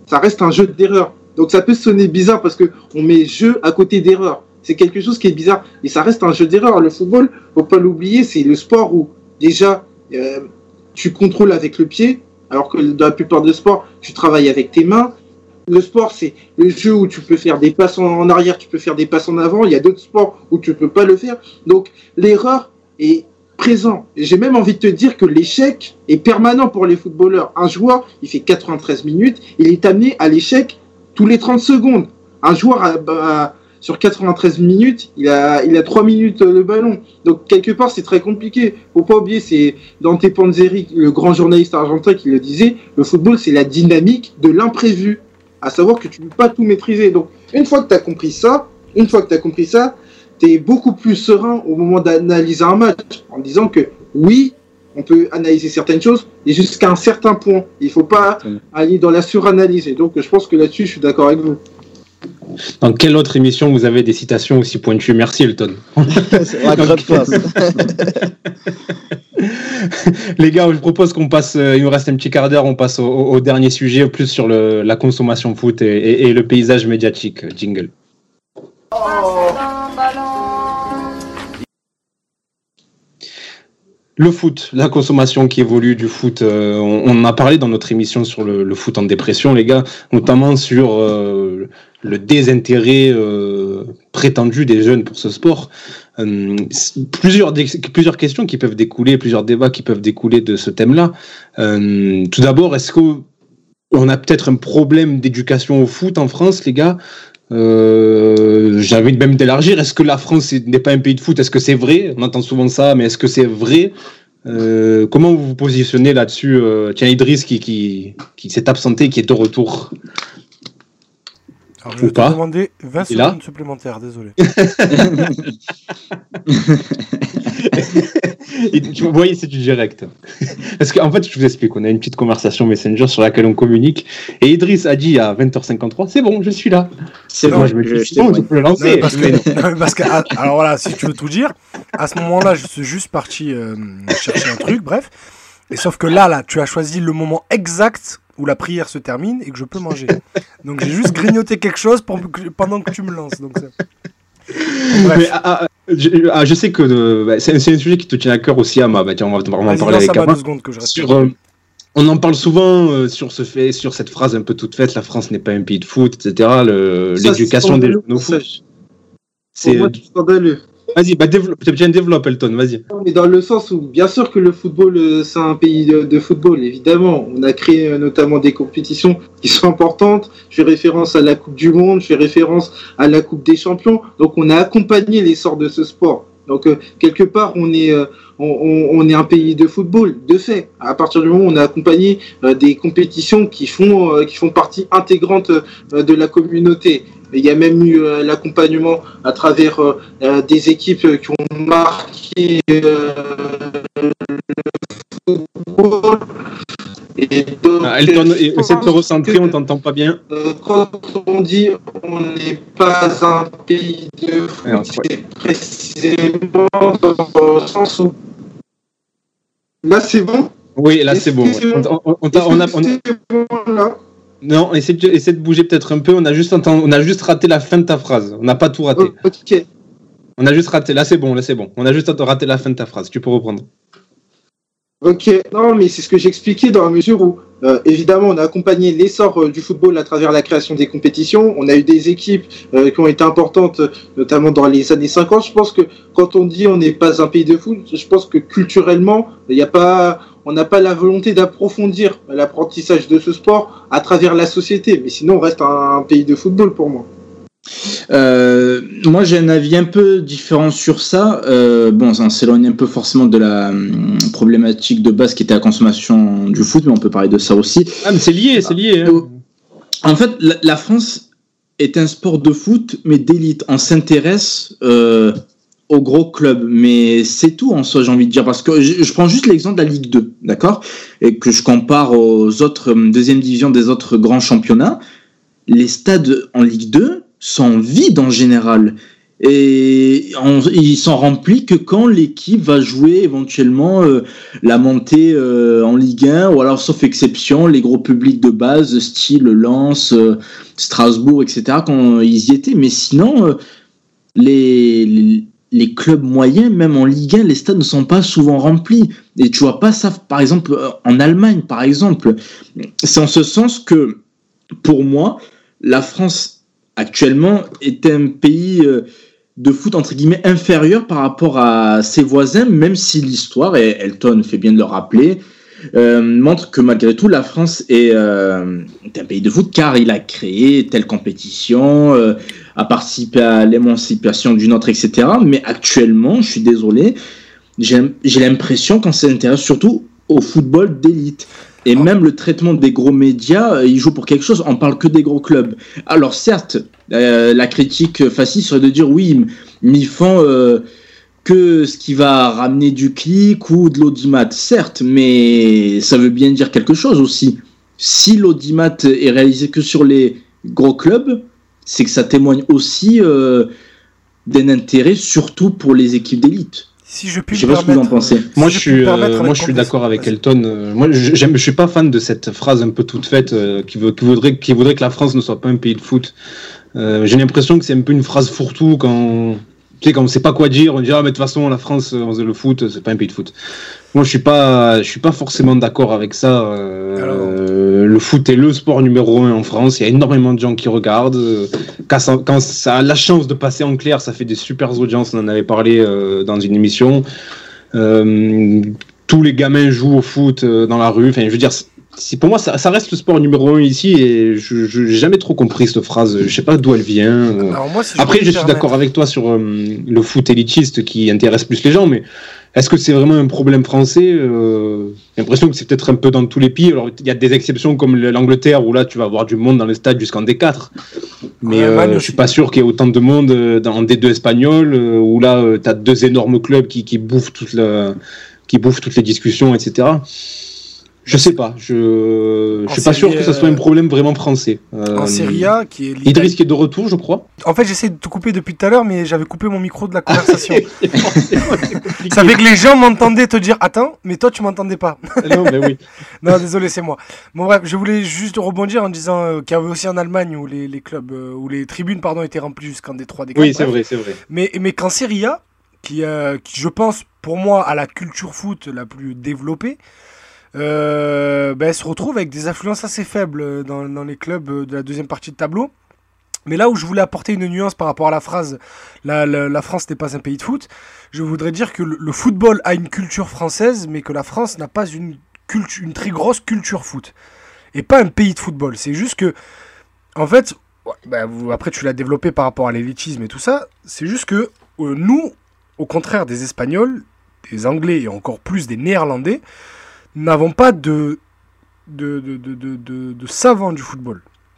ça reste un jeu d'erreur. Donc ça peut sonner bizarre parce qu'on met jeu à côté d'erreur. C'est quelque chose qui est bizarre. Et ça reste un jeu d'erreur. Le football, faut pas l'oublier, c'est le sport où déjà euh, tu contrôles avec le pied, alors que dans la plupart des sports, tu travailles avec tes mains. Le sport, c'est le jeu où tu peux faire des passes en arrière, tu peux faire des passes en avant. Il y a d'autres sports où tu peux pas le faire. Donc l'erreur est présent. J'ai même envie de te dire que l'échec est permanent pour les footballeurs. Un joueur, il fait quatre-vingt-treize minutes, il est amené à l'échec tous les trente secondes. Un joueur, a, a, sur quatre-vingt-treize minutes, il a, il a trois minutes le ballon. Donc, quelque part, c'est très compliqué. Faut pas oublier, c'est Dante Panzeri, le grand journaliste argentin, qui le disait, le football, c'est la dynamique de l'imprévu. À savoir que tu ne peux pas tout maîtriser. Donc, une fois que tu as compris ça, une fois que tu as compris ça, tu es beaucoup plus serein au moment d'analyser un match, en disant que oui, on peut analyser certaines choses, et jusqu'à un certain point. Il ne faut pas aller dans la suranalyse. Et donc, je pense que là-dessus, je suis d'accord avec vous. Dans quelle autre émission vous avez des citations aussi pointues? Merci, Elton. C'est la grande place. Les gars, je propose qu'on passe, il nous reste un petit quart d'heure, on passe au, au dernier sujet, plus sur le, la consommation foot et, et, et le paysage médiatique. Jingle. Oh. Le foot, la consommation qui évolue du foot, euh, on, on en a parlé dans notre émission sur le, le foot en dépression, les gars, notamment sur euh, le désintérêt euh, prétendu des jeunes pour ce sport. Euh, plusieurs, plusieurs questions qui peuvent découler, plusieurs débats qui peuvent découler de ce thème-là. Euh, tout d'abord, est-ce qu'on a peut-être un problème d'éducation au foot en France, les gars? Euh, j'ai envie de même d'élargir. Est-ce que la France n'est pas un pays de foot? Est-ce que c'est vrai? On entend souvent ça, mais est-ce que c'est vrai? euh, Comment vous vous positionnez là-dessus? euh, Tiens, Idriss qui, qui, qui s'est absenté, qui est de retour. Alors, je vais te demander vingt secondes supplémentaires, désolé. Et tu vois, c'est du direct. Parce qu'en fait, je vous explique, on a une petite conversation Messenger sur laquelle on communique. Et Idriss a dit à vingt heures cinquante-trois, c'est bon, je suis là. C'est bon, bon, je me je, dis, bon, je peux le lancer. Non, parce que, non, parce que, alors voilà, si tu veux tout dire, à ce moment-là, je suis juste parti euh, chercher un truc, bref. Et sauf que là, là, tu as choisi le moment exact où la prière se termine et que je peux manger. Donc j'ai juste grignoté quelque chose pour que, pendant que tu me lances. Donc ça... Mais, ah, je, ah, je sais que euh, bah, c'est, c'est un sujet qui te tient à cœur aussi, Ama. Bah, tiens, on va vraiment en parler avec Ama. Sur, euh, on en parle souvent euh, sur ce fait, sur cette phrase un peu toute faite, la France n'est pas un pays de foot, et cetera. Le, ça, l'éducation des jeunes au foot. C'est scandaleux. Vas-y, bah développe, bien développe, Elton, vas-y. Mais dans le sens où, bien sûr que le football, euh, c'est un pays de, de football, évidemment. On a créé euh, notamment des compétitions qui sont importantes. Je fais référence à la Coupe du Monde, je fais référence à la Coupe des Champions. Donc, on a accompagné l'essor de ce sport. Donc, euh, quelque part, on est, euh, on, on, on est un pays de football, de fait. À partir du moment où on a accompagné euh, des compétitions qui font, euh, qui font partie intégrante euh, de la communauté. Il y a même eu euh, l'accompagnement à travers euh, euh, des équipes qui ont marqué euh, le football. Et donc, ah, Elton, euh, essaie de te recentrer, on t'entend pas bien. Euh, quand on dit on n'est pas un pays de foot, alors, c'est ouais. précisément dans le sens où... Là, c'est bon? Oui, là, c'est bon. Ouais. On, on, on, on, a, on... C'est bon, là? Non, essaie de, essaie de bouger peut-être un peu. On a juste entendu, on a juste raté la fin de ta phrase. On n'a pas tout raté. Oh, ok. On a juste raté. Là, c'est bon. Là, c'est bon. On a juste raté la fin de ta phrase. Tu peux reprendre. Ok. Non, mais c'est ce que j'expliquais dans la mesure où, euh, évidemment, on a accompagné l'essor euh, du football à travers la création des compétitions. On a eu des équipes euh, qui ont été importantes, notamment dans les années cinquante. Je pense que quand on dit on n'est pas un pays de foot, je pense que culturellement, il n'y a pas... on n'a pas la volonté d'approfondir l'apprentissage de ce sport à travers la société. Mais sinon, on reste un, un pays de football pour moi. Euh, moi, j'ai un avis un peu différent sur ça. Euh, bon, ça s'éloigne un peu forcément de la hum, problématique de base qui était la consommation du foot, mais on peut parler de ça aussi. Ah, mais c'est lié, c'est lié. Hein. En fait, la, la France est un sport de foot, mais d'élite. On s'intéresse... Euh, au gros club, mais c'est tout en soi, j'ai envie de dire, parce que je, je prends juste l'exemple de la Ligue deux, d'accord, et que je compare aux autres euh, deuxième division des autres grands championnats. Les stades en Ligue deux sont vides en général, Et on, ils sont remplis que quand l'équipe va jouer éventuellement euh, la montée euh, en Ligue un, ou alors sauf exception, les gros publics de base, style Lens, euh, Strasbourg, et cetera, quand ils y étaient. Mais sinon, euh, les, les, les clubs moyens, même en Ligue un, les stades ne sont pas souvent remplis. Et tu vois pas ça, par exemple, en Allemagne, par exemple. C'est en ce sens que, pour moi, la France, actuellement, est un pays... Euh, de foot entre guillemets inférieur par rapport à ses voisins, même si l'histoire, et Elton fait bien de le rappeler, euh, montre que malgré tout la France est, euh, est un pays de foot car il a créé telle compétition, euh, a participé à l'émancipation d'une autre, et cetera. Mais actuellement, je suis désolé, j'ai, j'ai l'impression qu'on s'intéresse surtout au football d'élite. Et même le traitement des gros médias, il joue pour quelque chose, on parle que des gros clubs. Alors certes, euh, la critique facile serait de dire oui, mais ils font euh, que ce qui va ramener du clic ou de l'audimat. Certes, mais ça veut bien dire quelque chose aussi. Si l'audimat est réalisé que sur les gros clubs, c'est que ça témoigne aussi euh, d'un intérêt, surtout pour les équipes d'élite. Si je puis je sais me pas ce que vous en permettre, pensez. si Moi, je je puis suis, me permettre euh, avec moi, je suis Comtesse, d'accord avec vas-y. Elton. Euh, moi, je, j'aime, je suis pas fan de cette phrase un peu toute faite euh, qui, veut, qui, voudrait, qui voudrait que la France ne soit pas un pays de foot. Euh, j'ai l'impression que c'est un peu une phrase fourre-tout quand, tu sais, quand on sait pas quoi dire, on dit ah mais de toute façon la France, on faisait le foot, c'est pas un pays de foot. Moi, je suis pas, je suis pas forcément d'accord avec ça. Euh, Alors... le foot est le sport numéro un en France. Il y a énormément de gens qui regardent. Quand ça, quand ça a la chance de passer en clair, ça fait des super audiences. On en avait parlé euh, dans une émission. Euh, tous les gamins jouent au foot euh, dans la rue. Enfin, je veux dire, c'est, pour moi, ça, ça reste le sport numéro un ici. Et je, je j'ai jamais trop compris cette phrase. Je sais pas d'où elle vient. Euh. Alors moi, si je Après, peux je me suis permettre- d'accord avec toi sur euh, le foot élitiste qui intéresse plus les gens, mais est-ce que c'est vraiment un problème français? euh, J'ai l'impression que c'est peut-être un peu dans tous les pays. Alors, il y a des exceptions comme l'Angleterre où là, tu vas avoir du monde dans les stades jusqu'en D quatre. Mais Ouais, euh, Manu je aussi. suis pas sûr qu'il y ait autant de monde euh, dans D deux espagnol euh, où là, euh, tu as deux énormes clubs qui, qui, bouffent toute la, qui bouffent toutes les discussions, et cetera. Je sais pas. Je, je suis pas Série, sûr que ça soit un problème vraiment français. Euh, En Serie A, qui est l'Italie- Idriss qui est de retour, je crois. En fait, j'essaie de te couper depuis tout à l'heure, mais j'avais coupé mon micro de la conversation. Ça fait que les gens m'entendaient te dire attends, mais toi tu m'entendais pas. Non, mais oui. Non, désolé, c'est moi. Bon bref, je voulais juste rebondir en disant euh, qu'il y avait aussi en Allemagne où les, les clubs, euh, où les tribunes pardon étaient remplies jusqu'en D trois, D quatre. Oui, c'est bref. vrai, c'est vrai. Mais mais qu'en Serie A, qui, euh, qui je pense pour moi a la culture foot la plus développée, euh, ben, elle se retrouve avec des affluences assez faibles dans, dans les clubs de la deuxième partie de tableau. Mais là où je voulais apporter une nuance par rapport à la phrase la, la, la France n'est pas un pays de foot, je voudrais dire que le, le football a une culture française, mais que la France n'a pas une, cultu- une très grosse culture foot. Et pas un pays de football. C'est juste que, en fait, ouais, bah, vous- après tu l'as développé par rapport à l'élitisme et tout ça, c'est juste que euh, nous, au contraire des Espagnols, des Anglais et encore plus des Néerlandais, n'avons pas de, de, de, de, de, de, de savants du football.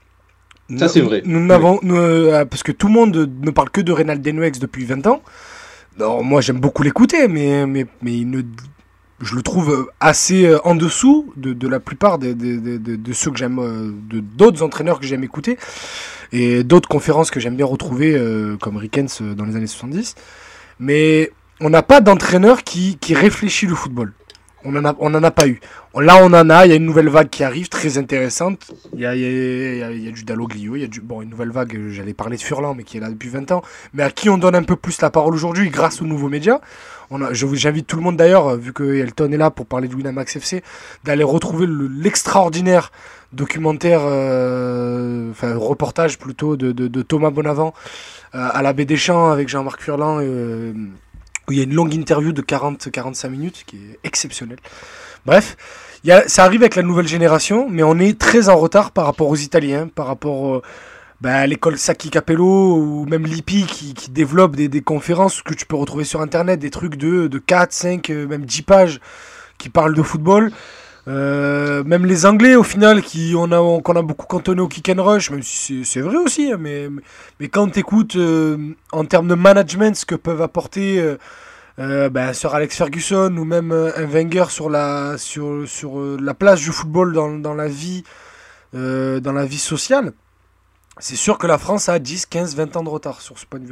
Ça, c'est vrai. Nous n'avons, nous, euh, parce que tout le monde ne parle que de Reynald Denouex depuis vingt ans. Alors, moi, j'aime beaucoup l'écouter, mais, mais, mais il ne, je le trouve assez euh, en dessous de, de la plupart de, de, de, de, de ceux que j'aime, euh, de d'autres entraîneurs que j'aime écouter et d'autres conférences que j'aime bien retrouver, euh, comme Rickens euh, dans les années soixante-dix. Mais on n'a pas d'entraîneur qui, qui réfléchit le football. On en a, on en a pas eu. On- Là, on en a. Il y a une nouvelle vague qui arrive, très intéressante. Il y a, il y a, il y a, il y a du Dalloglio. Il y a du, bon, une nouvelle vague. euh, J'allais parler de Furlan, mais qui est là depuis vingt ans. Mais à qui on donne un peu plus la parole aujourd'hui, grâce aux nouveaux médias. On a, je vous, j'invite tout le monde d'ailleurs, euh, vu que Elton est là pour parler de Winamax F C, d'aller retrouver le- l'extraordinaire documentaire, euh, enfin reportage plutôt de, de, de Thomas Bonavent euh, à la Baie des Champs avec Jean-Marc Furlan. Euh, où il y a une longue interview de quarante à quarante-cinq minutes qui est exceptionnelle. Bref, il y a, ça arrive avec la nouvelle génération, mais on est très en retard par rapport aux Italiens, par rapport euh, bah, à l'école Sacchi Capello ou même l'I P I qui, qui développe des, des conférences que tu peux retrouver sur internet, des trucs de, de quatre, cinq, euh, même dix pages qui parlent de football. Euh, même les Anglais au final qui on a on, qu'on a beaucoup cantonné au kick and rush, même si c'est, c'est vrai aussi, hein, mais, mais mais quand t'écoutes euh, en termes de management ce que peuvent apporter euh, euh, ben, Sir Alex Ferguson ou même euh, un Wenger sur la sur sur euh, la place du football dans dans la vie euh, dans la vie sociale, c'est sûr que la France a dix, quinze, vingt ans de retard sur ce point de vue-là.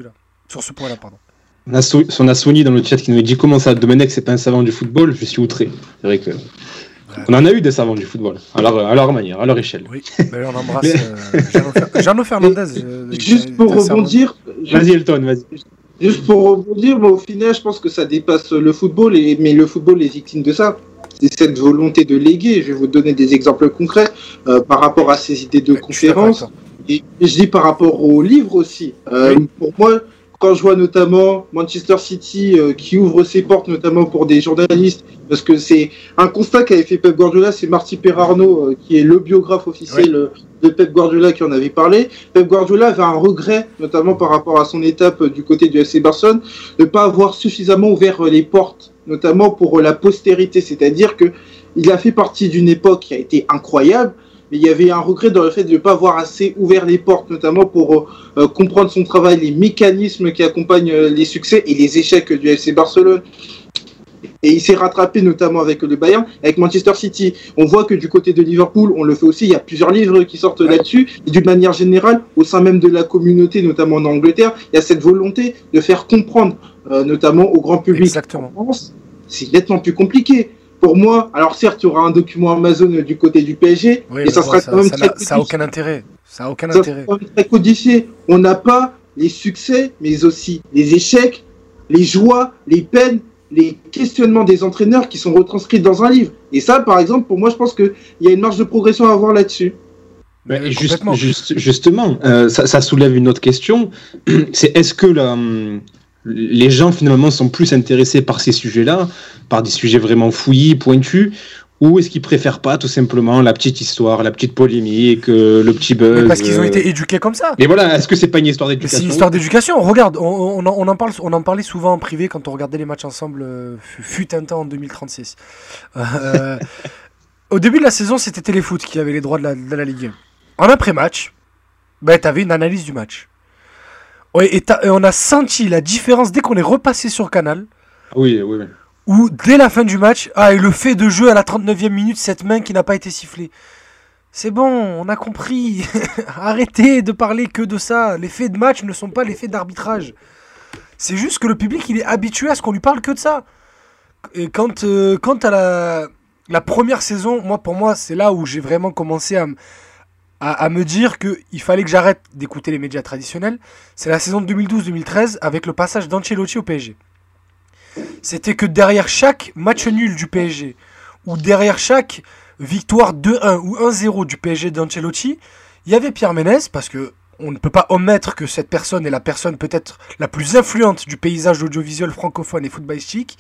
sur ce point-là, pardon. On a, so- on a Sony dans le chat qui nous dit comment ça, Domenech, c'est pas un savant du football. Je suis outré. C'est vrai que. On en a eu des savants du football, à leur, à leur manière, à leur échelle. Oui, mais on embrasse euh, Jano, Fer- Jano Fernandez. Euh, Juste pour rebondir, Vas-y, Elton, vas-y. Juste pour rebondir, moi, au final, je pense que ça dépasse le football, et, mais le football est victime de ça. C'est cette volonté de léguer. Je vais vous donner des exemples concrets euh, par rapport à ces idées de Ouais, conférences. Et je dis par rapport aux livres aussi. Euh, Oui. Pour moi, quand je vois notamment Manchester City euh, qui ouvre ses portes notamment pour des journalistes, parce que c'est un constat qu'avait fait Pep Guardiola, c'est Marty Perarno euh, qui est le biographe officiel Oui. euh, de Pep Guardiola qui en avait parlé. Pep Guardiola avait un regret, notamment par rapport à son étape euh, du côté du F C Barcelone, de ne pas avoir suffisamment ouvert euh, les portes, notamment pour euh, la postérité. C'est-à-dire que il a fait partie d'une époque qui a été incroyable, mais il y avait un regret dans le fait de ne pas avoir assez ouvert les portes, notamment pour euh, comprendre son travail, les mécanismes qui accompagnent euh, les succès et les échecs du F C Barcelone. Et il s'est rattrapé notamment avec le Bayern, avec Manchester City. On voit que du côté de Liverpool, on le fait aussi, il y a plusieurs livres qui sortent Ouais. là-dessus. Et d'une manière générale, au sein même de la communauté, notamment en Angleterre, il y a cette volonté de faire comprendre, euh, notamment au grand public. Exactement. En France, c'est nettement plus compliqué. Pour moi, alors certes, il y aura un document Amazon du côté du P S G, Oui, et mais ça bon, sera ça, quand même ça très n'a ça a aucun intérêt. Ça a aucun ça intérêt. sera quand même très codifié. On n'a pas les succès, mais aussi les échecs, les joies, les peines, les questionnements des entraîneurs qui sont retranscrits dans un livre. Et ça, par exemple, pour moi, je pense qu'il y a une marge de progression à avoir là-dessus. Ouais, Mais et juste, complètement. juste- justement, euh, ça, ça soulève une autre question. C'est est-ce que la, hum, les gens finalement sont plus intéressés par ces sujets-là, par des sujets vraiment fouillis, pointus, ou est-ce qu'ils préfèrent pas tout simplement la petite histoire, la petite polémique, euh, le petit buzz Mais parce qu'ils ont euh, été éduqués comme ça. Mais voilà, est-ce que c'est pas une histoire Mais d'éducation? c'est une histoire d'éducation. Regarde, on, on, en- on en parle, on en parlait souvent en privé quand on regardait les matchs ensemble. euh, fut- Fut un temps en deux mille trente-six. Euh, au début de la saison, c'était Téléfoot qui avait les droits de la, de la Ligue un. En après-match, bah, t'avais une analyse du match. Ouais, et, t'as- et on a senti la différence dès qu'on est repassé sur Canal, Oui, oui, oui. où dès la fin du match, ah, et le fait de jeu à la trente-neuvième minute, cette main qui n'a pas été sifflée. C'est bon, on a compris. Arrêtez de parler que de ça. Les faits de match ne sont pas les faits d'arbitrage. C'est juste que le public, il est habitué à ce qu'on lui parle que de ça. Et quand, euh, quand à la, la première saison, moi, pour moi, c'est là où j'ai vraiment commencé à, m- à, à me dire qu'il fallait que j'arrête d'écouter les médias traditionnels. C'est la saison deux mille douze deux mille treize avec le passage d'Ancelotti au P S G. C'était que derrière chaque match nul du P S G, ou derrière chaque victoire deux un ou un zéro du P S G d'Ancelotti, il y avait Pierre Ménès, parce que on ne peut pas omettre que cette personne est la personne peut-être la plus influente du paysage audiovisuel francophone et footballistique,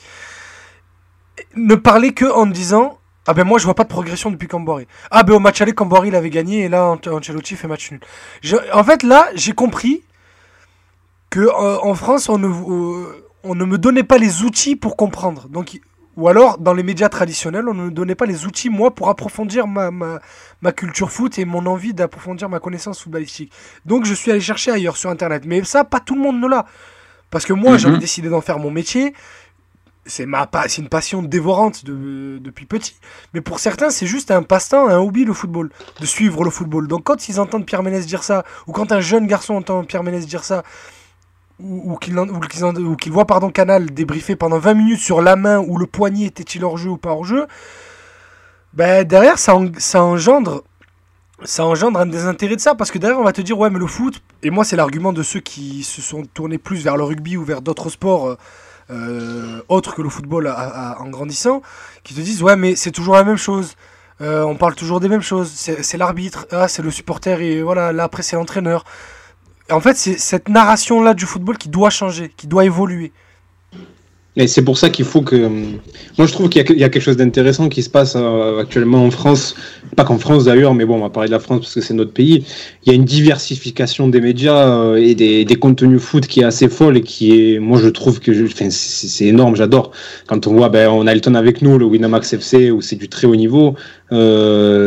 ne parlait que en disant « Ah ben moi je vois pas de progression depuis Camboire. Ah ben au match aller Camboire il avait gagné et là Ante- Ancelotti fait match nul. Je- » En fait là j'ai compris que euh, en France on ne, euh, on ne me donnait pas les outils pour comprendre. Donc, ou alors dans les médias traditionnels on ne me donnait pas les outils moi pour approfondir ma, ma, ma culture foot et mon envie d'approfondir ma connaissance footballistique. Donc je suis allé chercher ailleurs sur internet. Mais ça pas tout le monde ne l'a. Parce que moi Mhm. j'avais décidé d'en faire mon métier. C'est ma pa- c'est une passion dévorante de- depuis petit. Mais pour certains, c'est juste un passe-temps, un hobby, le football. De suivre le football. Donc quand ils entendent Pierre Ménès dire ça, ou quand un jeune garçon entend Pierre Ménès dire ça, ou, ou qu'il en- ou qu'il en- ou qu'il voit pardon, Canal débriefer pendant vingt minutes sur la main ou le poignet était-il hors jeu ou pas hors jeu, ben derrière ça, en- ça engendre ça engendre un désintérêt de ça, parce que derrière on va te dire ouais mais le foot, et moi c'est l'argument de ceux qui se sont tournés plus vers le rugby ou vers d'autres sports euh, euh, autres que le football à- à- en grandissant, qui te disent ouais mais c'est toujours la même chose. Euh, on parle toujours des mêmes choses, c'est c'est l'arbitre, ah, c'est le supporter et voilà, là après c'est l'entraîneur. Et en fait c'est cette narration là du football qui doit changer, qui doit évoluer. Et c'est pour ça qu'il faut que... Moi, je trouve qu'il y a, il y a quelque chose d'intéressant qui se passe euh, actuellement en France. Pas qu'en France d'ailleurs, mais bon, on va parler de la France parce que c'est notre pays. Il y a une diversification des médias euh, et des, des contenus foot qui est assez folle et qui est... Moi, je trouve que... Je... Enfin, c'est, c'est énorme, j'adore. Quand on voit, ben, on a Elton avec nous, le Winamax F C, où c'est du très haut niveau. Euh,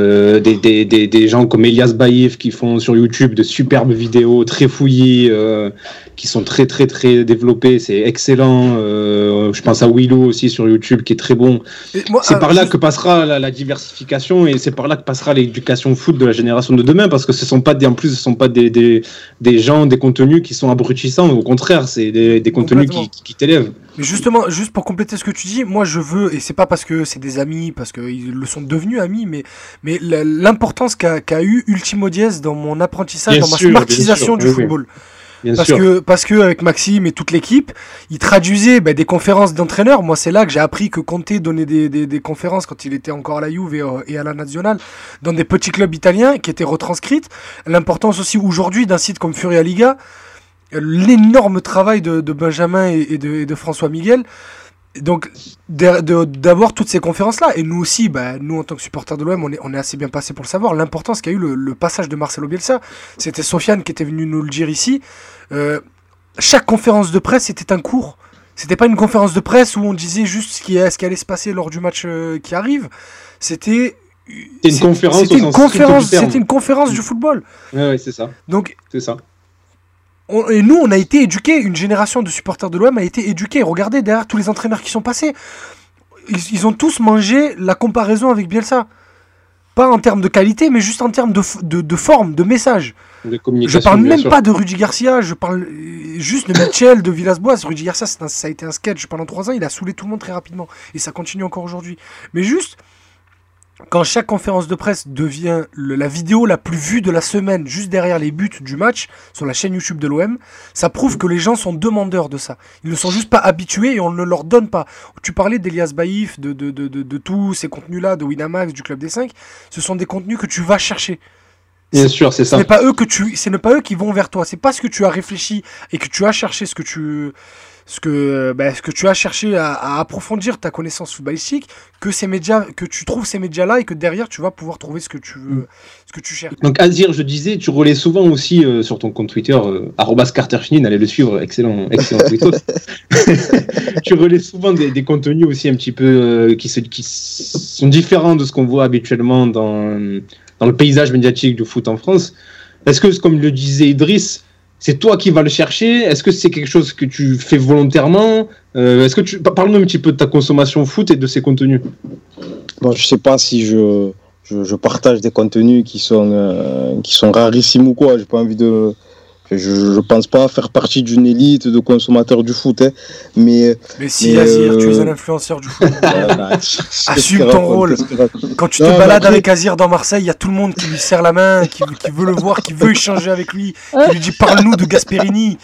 des, des, des, des gens comme Elias Baïf qui font sur YouTube de superbes vidéos très fouillis, euh, qui sont très très très développées, c'est excellent. Euh, je pense à Willow aussi sur YouTube qui est très bon. Moi, c'est euh, par là juste... que passera la, la diversification et c'est par là que passera l'éducation foot de la génération de demain, parce que ce sont pas des, en plus ce sont pas des, des, des gens, des contenus qui sont abrutissants, au contraire, c'est des, des contenus qui, qui, qui t'élèvent. Mais justement, juste pour compléter ce que tu dis, moi je veux, et c'est pas parce que c'est des amis, parce qu'ils le sont devenus amis, mais, mais l'importance qu'a, qu'a eu Ultimo Diez dans mon apprentissage, bien dans sûr, ma smartisation du oui, football. Bien parce sûr. que parce que avec Maxime et toute l'équipe, ils traduisaient bah, des conférences d'entraîneurs. Moi, c'est là que j'ai appris que Conte donnait des, des, des conférences quand il était encore à la Juve et, euh, et à la Nazionale dans des petits clubs italiens qui étaient retranscrites. L'importance aussi aujourd'hui d'un site comme Furia Liga, l'énorme travail de, de Benjamin et, et, de, et de François Miguel. Donc de, de, d'avoir toutes ces conférences-là, et nous aussi, bah, nous en tant que supporters de l'O M, on est, on est assez bien passé pour le savoir, l'importance qu'a eu le, le passage de Marcelo Bielsa. C'était Sofiane qui était venu nous le dire ici. Euh, chaque conférence de presse était un cours. C'était pas une conférence de presse où on disait juste ce qui, ce qui allait se passer lors du match euh, qui arrive. C'était c'était une conférence, c'était une conférence, c'était une conférence du football. Ouais, ouais, c'est ça. Donc c'est ça. On, et nous, on a été éduqués, une génération de supporters de l'O M a été éduquée. Regardez derrière tous les entraîneurs qui sont passés. Ils, ils ont tous mangé la comparaison avec Bielsa. Pas en termes de qualité, mais juste en termes de, de, de forme, de message. De communication, je parle même sûr. pas de Rudy Garcia, je parle juste de Mitchell, de Villas-Boas. Rudy Garcia, c'est un, ça a été un sketch pendant trois ans, il a saoulé tout le monde très rapidement. Et ça continue encore aujourd'hui. Mais juste... quand chaque conférence de presse devient le, la vidéo la plus vue de la semaine, juste derrière les buts du match, sur la chaîne YouTube de l'O M, ça prouve que les gens sont demandeurs de ça. Ils ne sont juste pas habitués et on ne leur donne pas. Tu parlais d'Elias Baïf, de, de, de, de, de tous ces contenus-là, de Winamax, du Club des cinq. Ce sont des contenus que tu vas chercher. Bien c'est, sûr, c'est ça. Ce n'est pas eux que tu, ce n'est pas eux qui vont vers toi. C'est parce que tu as réfléchi et que tu as cherché ce que tu... Ce que, bah, ce que tu as cherché à, à approfondir ta connaissance footballistique, que ces médias, que tu trouves ces médias-là et que derrière tu vas pouvoir trouver ce que tu veux, mm. ce que tu cherches. Donc Azir, je disais, tu relais souvent aussi euh, sur ton compte Twitter, euh, arobase carterchinin, allez le suivre, excellent, excellent tweetos. Tu relais souvent des, des contenus aussi un petit peu euh, qui, se, qui sont différents de ce qu'on voit habituellement dans, dans le paysage médiatique du foot en France. Est-ce que, comme le disait Idriss, c'est toi qui vas le chercher? Est-ce que c'est quelque chose que tu fais volontairement? euh, Est-ce que tu parle-nous un petit peu de ta consommation foot et de ses contenus. Bon, je sais pas si je, je, je partage des contenus qui sont euh, qui sont rarissimes ou quoi. J'ai pas envie de. Je, je pense pas faire partie d'une élite de consommateurs du foot, hein. mais. Mais si, mais, Azir, euh... tu es un influenceur du foot. Assume ton rôle. Quand tu te non, balades après... avec Azir dans Marseille, il y a tout le monde qui lui serre la main, qui, qui veut le voir, qui veut échanger avec lui, qui lui dit parle-nous de Gasperini.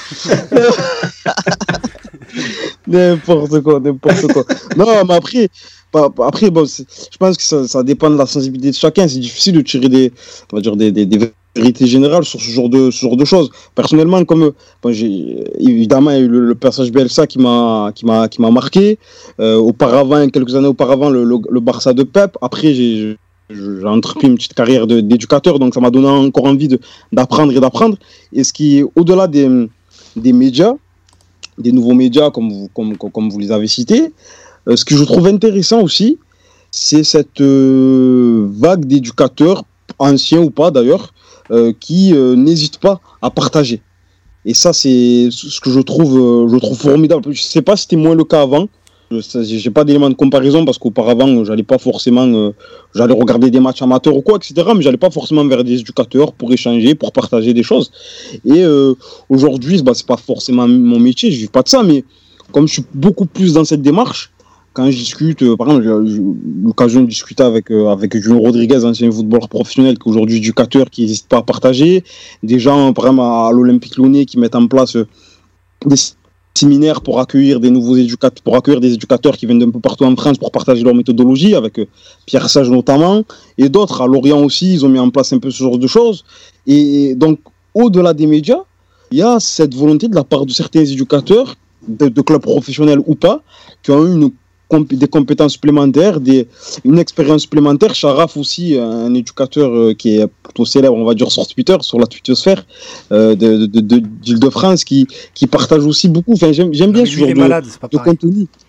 N'importe quoi, n'importe quoi. Non, mais après. Après, bon, je pense que ça, ça dépend de la sensibilité de chacun. C'est difficile de tirer des, on va dire des, des, des vérités générales sur ce genre de, ce genre de choses. Personnellement, comme bon, j'ai, évidemment, il y a eu le, le personnage Bielsa qui m'a, qui m'a, qui m'a marqué. Euh, auparavant, quelques années auparavant, le, le, le Barça de Pep. Après, j'ai, j'ai entrepris une petite carrière de, d'éducateur, donc ça m'a donné encore envie de, d'apprendre et d'apprendre. Et ce qui est au-delà des, des médias, des nouveaux médias, comme vous, comme, comme vous les avez cités. Euh, ce que je trouve intéressant aussi, c'est cette euh, vague d'éducateurs, anciens ou pas d'ailleurs, euh, qui euh, n'hésitent pas à partager. Et ça, c'est ce que je trouve, euh, je trouve formidable. Je ne sais pas si c'était moins le cas avant. Je n'ai pas d'éléments de comparaison parce qu'auparavant, j'allais pas forcément, euh, j'allais regarder des matchs amateurs ou quoi, et cetera. Mais j'allais pas forcément vers des éducateurs pour échanger, pour partager des choses. Et euh, aujourd'hui, bah, c'est pas forcément mon métier, je vis pas de ça, mais comme je suis beaucoup plus dans cette démarche. Quand je discute, euh, par exemple, j'ai eu l'occasion de discuter avec, euh, avec Julien Rodriguez, ancien footballeur professionnel, qui est aujourd'hui éducateur, qui n'hésite pas à partager. Des gens, par exemple, à, à l'Olympique Lyonnais, qui mettent en place euh, des séminaires pour accueillir des nouveaux éducateurs, pour accueillir des éducateurs qui viennent d'un peu partout en France pour partager leur méthodologie, avec euh, Pierre Sage notamment, et d'autres. À Lorient aussi, ils ont mis en place un peu ce genre de choses. Et, et donc, au-delà des médias, il y a cette volonté de la part de certains éducateurs, de, de clubs professionnels ou pas, qui ont eu une des compétences supplémentaires, des, une expérience supplémentaire. Sharaf aussi, un éducateur euh, qui est plutôt célèbre, on va dire, sur Twitter, sur la twittosphère euh, de, de, de, d'Île-de-France, qui, qui partage aussi beaucoup. Enfin, j'aime, j'aime bien ce genre de, malade, de contenu.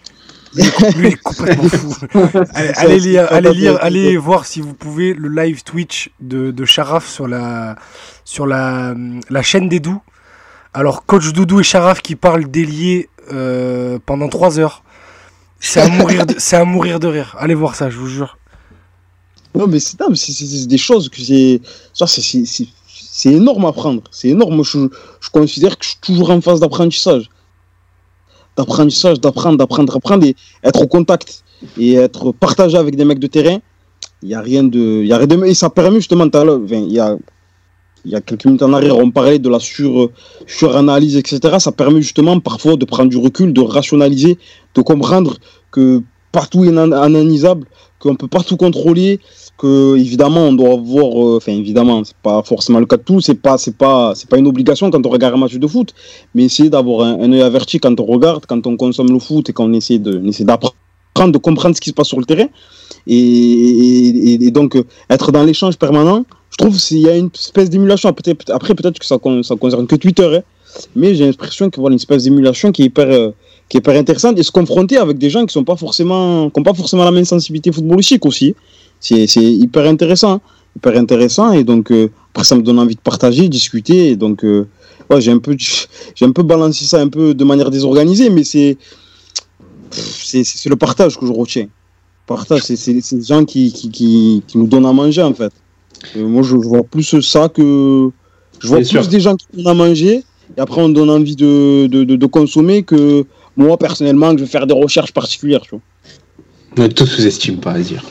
Lui, lui, il est complètement fou. Allez, allez lire, allez lire, allez voir si vous pouvez le live Twitch de, de Sharaf sur la, sur la, la chaîne des Doux. Alors, coach Doudou et Sharaf qui parlent déliés euh, pendant trois heures. C'est à mourir, de, c'est à mourir de rire. Allez voir ça, je vous jure. Non, mais c'est, non, mais c'est, c'est, c'est des choses que c'est, ça, c'est, c'est, c'est, c'est énorme à apprendre. C'est énorme. Je, je considère que je suis toujours en phase d'apprentissage. D'apprentissage, d'apprendre, d'apprendre, d'apprendre et être au contact et être partagé avec des mecs de terrain. Il n'y a rien de. Y a rien de et ça permet justement, il y a, il y a quelques minutes en arrière, on parlait de la sur, suranalyse, et cetera. Ça permet justement parfois de prendre du recul, de rationaliser, de comprendre que partout est analysable, qu'on ne peut pas tout contrôler, que évidemment on doit avoir, enfin euh, évidemment c'est pas forcément le cas de tout, c'est pas c'est pas c'est pas une obligation quand on regarde un match de foot, mais essayer d'avoir un, un œil averti quand on regarde, quand on consomme le foot et qu'on essaie de on essaie d'apprendre, de comprendre ce qui se passe sur le terrain et, et, et donc euh, être dans l'échange permanent. Je trouve qu'il y a une espèce d'émulation. Peut-être, après peut-être que ça ça concerne que Twitter, hein, mais j'ai l'impression que voilà une espèce d'émulation qui est hyper euh, qui est hyper intéressante et se confronter avec des gens qui sont pas forcément qui ont pas forcément la même sensibilité footballistique aussi. C'est, c'est hyper intéressant, hein, hyper intéressant et donc euh, après ça me donne envie de partager, discuter et donc euh, ouais, j'ai un peu j'ai un peu balancé ça un peu de manière désorganisée mais c'est c'est, c'est le partage que je retiens. Le partage, c'est c'est ces gens qui, qui qui qui nous donnent à manger en fait. Et moi je vois plus ça que je vois Bien plus sûr. des gens qui donnent à manger et après on donne envie de de, de de consommer que moi personnellement que je vais faire des recherches particulières, tu vois. On ne te sous-estime pas à dire.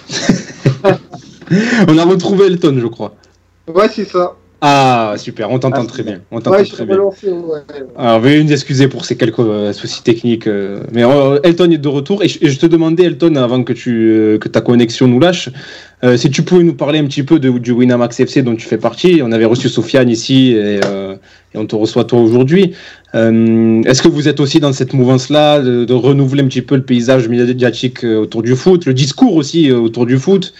On a retrouvé Elton, je crois. Ouais, c'est ça. Ah, super, on t'entend Ah, très bien. On t'entend Ouais, je très suis bien. relancé, ouais. Alors, veuillez nous excuser pour ces quelques euh, soucis techniques. euh, mais euh, Elton est de retour. Et je, et je te demandais, Elton, avant que, tu, euh, que ta connexion nous lâche, euh, si tu pouvais nous parler un petit peu de, du Winamax F C dont tu fais partie. On avait reçu Sofiane ici et, euh, et on te reçoit toi aujourd'hui. Euh, est-ce que vous êtes aussi dans cette mouvance-là de, de renouveler un petit peu le paysage médiatique euh, autour du foot, le discours aussi euh, autour du foot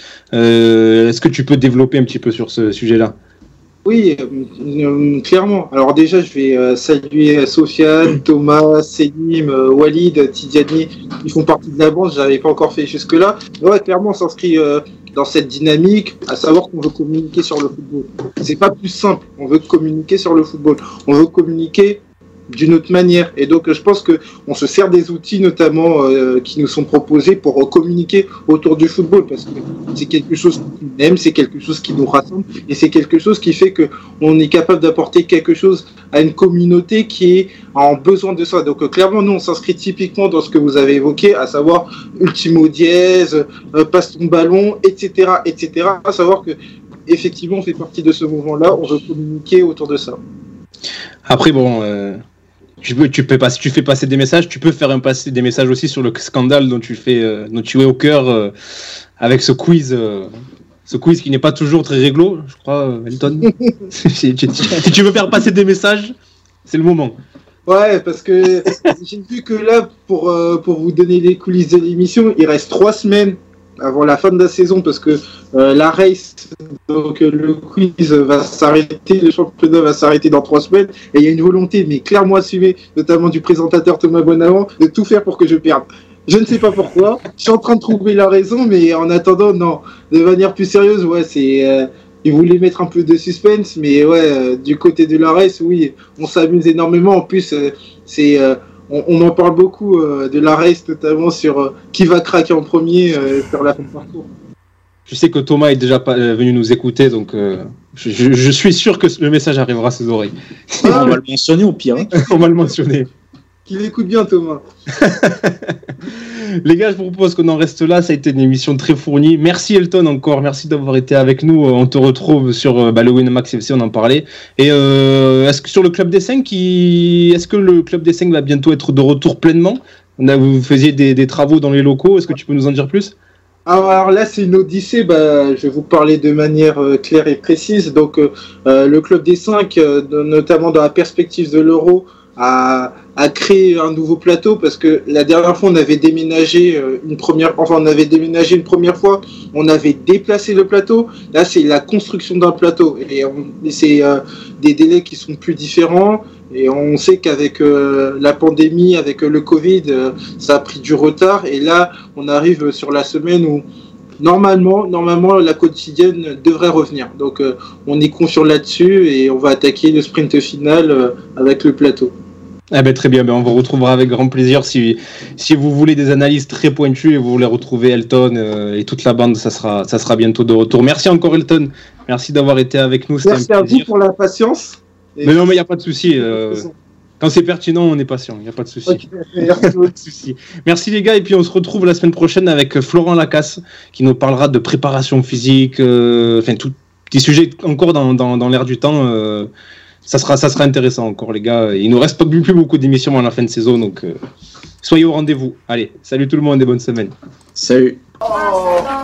euh, Est-ce que tu peux développer un petit peu sur ce sujet-là ? Oui, euh, euh, clairement. Alors déjà, je vais euh, saluer Sofiane, Thomas, Selim, euh, Walid, Tidiane. Ils font partie de la bande. Je n'avais pas encore fait jusque-là. Mais ouais, clairement, on s'inscrit euh, dans cette dynamique, à savoir qu'on veut communiquer sur le football. C'est pas plus simple. On veut communiquer sur le football. On veut communiquer d'une autre manière. Et donc, je pense que on se sert des outils, notamment euh, qui nous sont proposés pour euh, communiquer autour du football, parce que c'est quelque chose qu'on aime, c'est quelque chose qui nous rassemble, et c'est quelque chose qui fait que on est capable d'apporter quelque chose à une communauté qui est en besoin de ça. Donc, euh, clairement, nous, on s'inscrit typiquement dans ce que vous avez évoqué, à savoir ultimo dièse, euh, passe ton ballon, et cetera, et cetera. À savoir que effectivement, on fait partie de ce mouvement-là. On veut communiquer autour de ça. Après, bon, euh, tu peux, tu peux pas, si tu fais passer des messages, tu peux faire un passer des messages aussi sur le scandale dont tu fais, euh, dont tu es au cœur euh, avec ce quiz, euh, ce quiz qui n'est pas toujours très réglo, je crois, euh, Elton. si, tu, si tu veux faire passer des messages, c'est le moment. Ouais, parce que j'ai vu que là, pour, euh, pour vous donner les coulisses de l'émission, il reste trois semaines avant la fin de la saison, parce que euh, la race, donc euh, le quiz va s'arrêter, le championnat va s'arrêter dans trois semaines, et il y a une volonté, mais clairement assumée, notamment du présentateur Thomas Bonavent, de tout faire pour que je perde. Je ne sais pas pourquoi, je suis en train de trouver la raison, mais en attendant, non, de manière plus sérieuse, ouais, c'est... Euh, ils voulaient mettre un peu de suspense, mais ouais, euh, du côté de la race, oui, on s'amuse énormément, en plus, euh, c'est... Euh, On, on en parle beaucoup euh, de la race, notamment sur euh, qui va craquer en premier euh, sur la fin de parcours. Je sais que Thomas est déjà pas, euh, venu nous écouter, donc euh, je, je, je suis sûr que le message arrivera à ses oreilles. Ah, on va le mentionner au pire. Hein. On va le mentionner. Qu'il écoute bien, Thomas. Les gars, je vous propose qu'on en reste là. Ça a été une émission très fournie. Merci Elton encore. Merci d'avoir été avec nous. On te retrouve sur bah, le Winamax F C, on en parlait. Et euh, est-ce que sur le Club des cinq, qui... est-ce que le Club des cinq va bientôt être de retour pleinement? On a, vous faisiez des, des travaux dans les locaux. Est-ce que tu peux nous en dire plus? Alors là, c'est une odyssée. Bah, je vais vous parler de manière euh, claire et précise. Donc, euh, le Club des cinq, euh, notamment dans la perspective de l'Euro, à, à créer un nouveau plateau, parce que la dernière fois on avait déménagé une première, enfin on avait déménagé une première fois, on avait déplacé le plateau. Là c'est la construction d'un plateau et, on, et c'est euh, des délais qui sont plus différents. Et on sait qu'avec euh, la pandémie, avec euh, le Covid, euh, ça a pris du retard. Et là, on arrive sur la semaine où normalement, normalement la quotidienne devrait revenir. Donc, euh, on est confiant là-dessus et on va attaquer le sprint final euh, avec le plateau. Eh ben, très bien, ben, on vous retrouvera avec grand plaisir. Si, si vous voulez des analyses très pointues et vous voulez retrouver Elton euh, et toute la bande, ça sera, ça sera bientôt de retour. Merci encore Elton, merci d'avoir été avec nous. C'était Merci un à plaisir. vous pour la patience. Et mais non, mais il n'y a pas de souci. Euh, quand c'est pertinent, on est patient. Il n'y a pas de souci. Okay, merci. Pas de souci. Merci les gars. Et puis on se retrouve la semaine prochaine avec Florent Lacasse qui nous parlera de préparation physique, euh, enfin tout petit sujet encore dans, dans, dans l'air du temps. Euh, ça sera, ça sera intéressant encore les gars. Il nous reste pas plus, plus beaucoup d'émissions à la fin de saison, donc euh, soyez au rendez-vous. Allez, salut tout le monde et bonne semaine. Salut. Oh.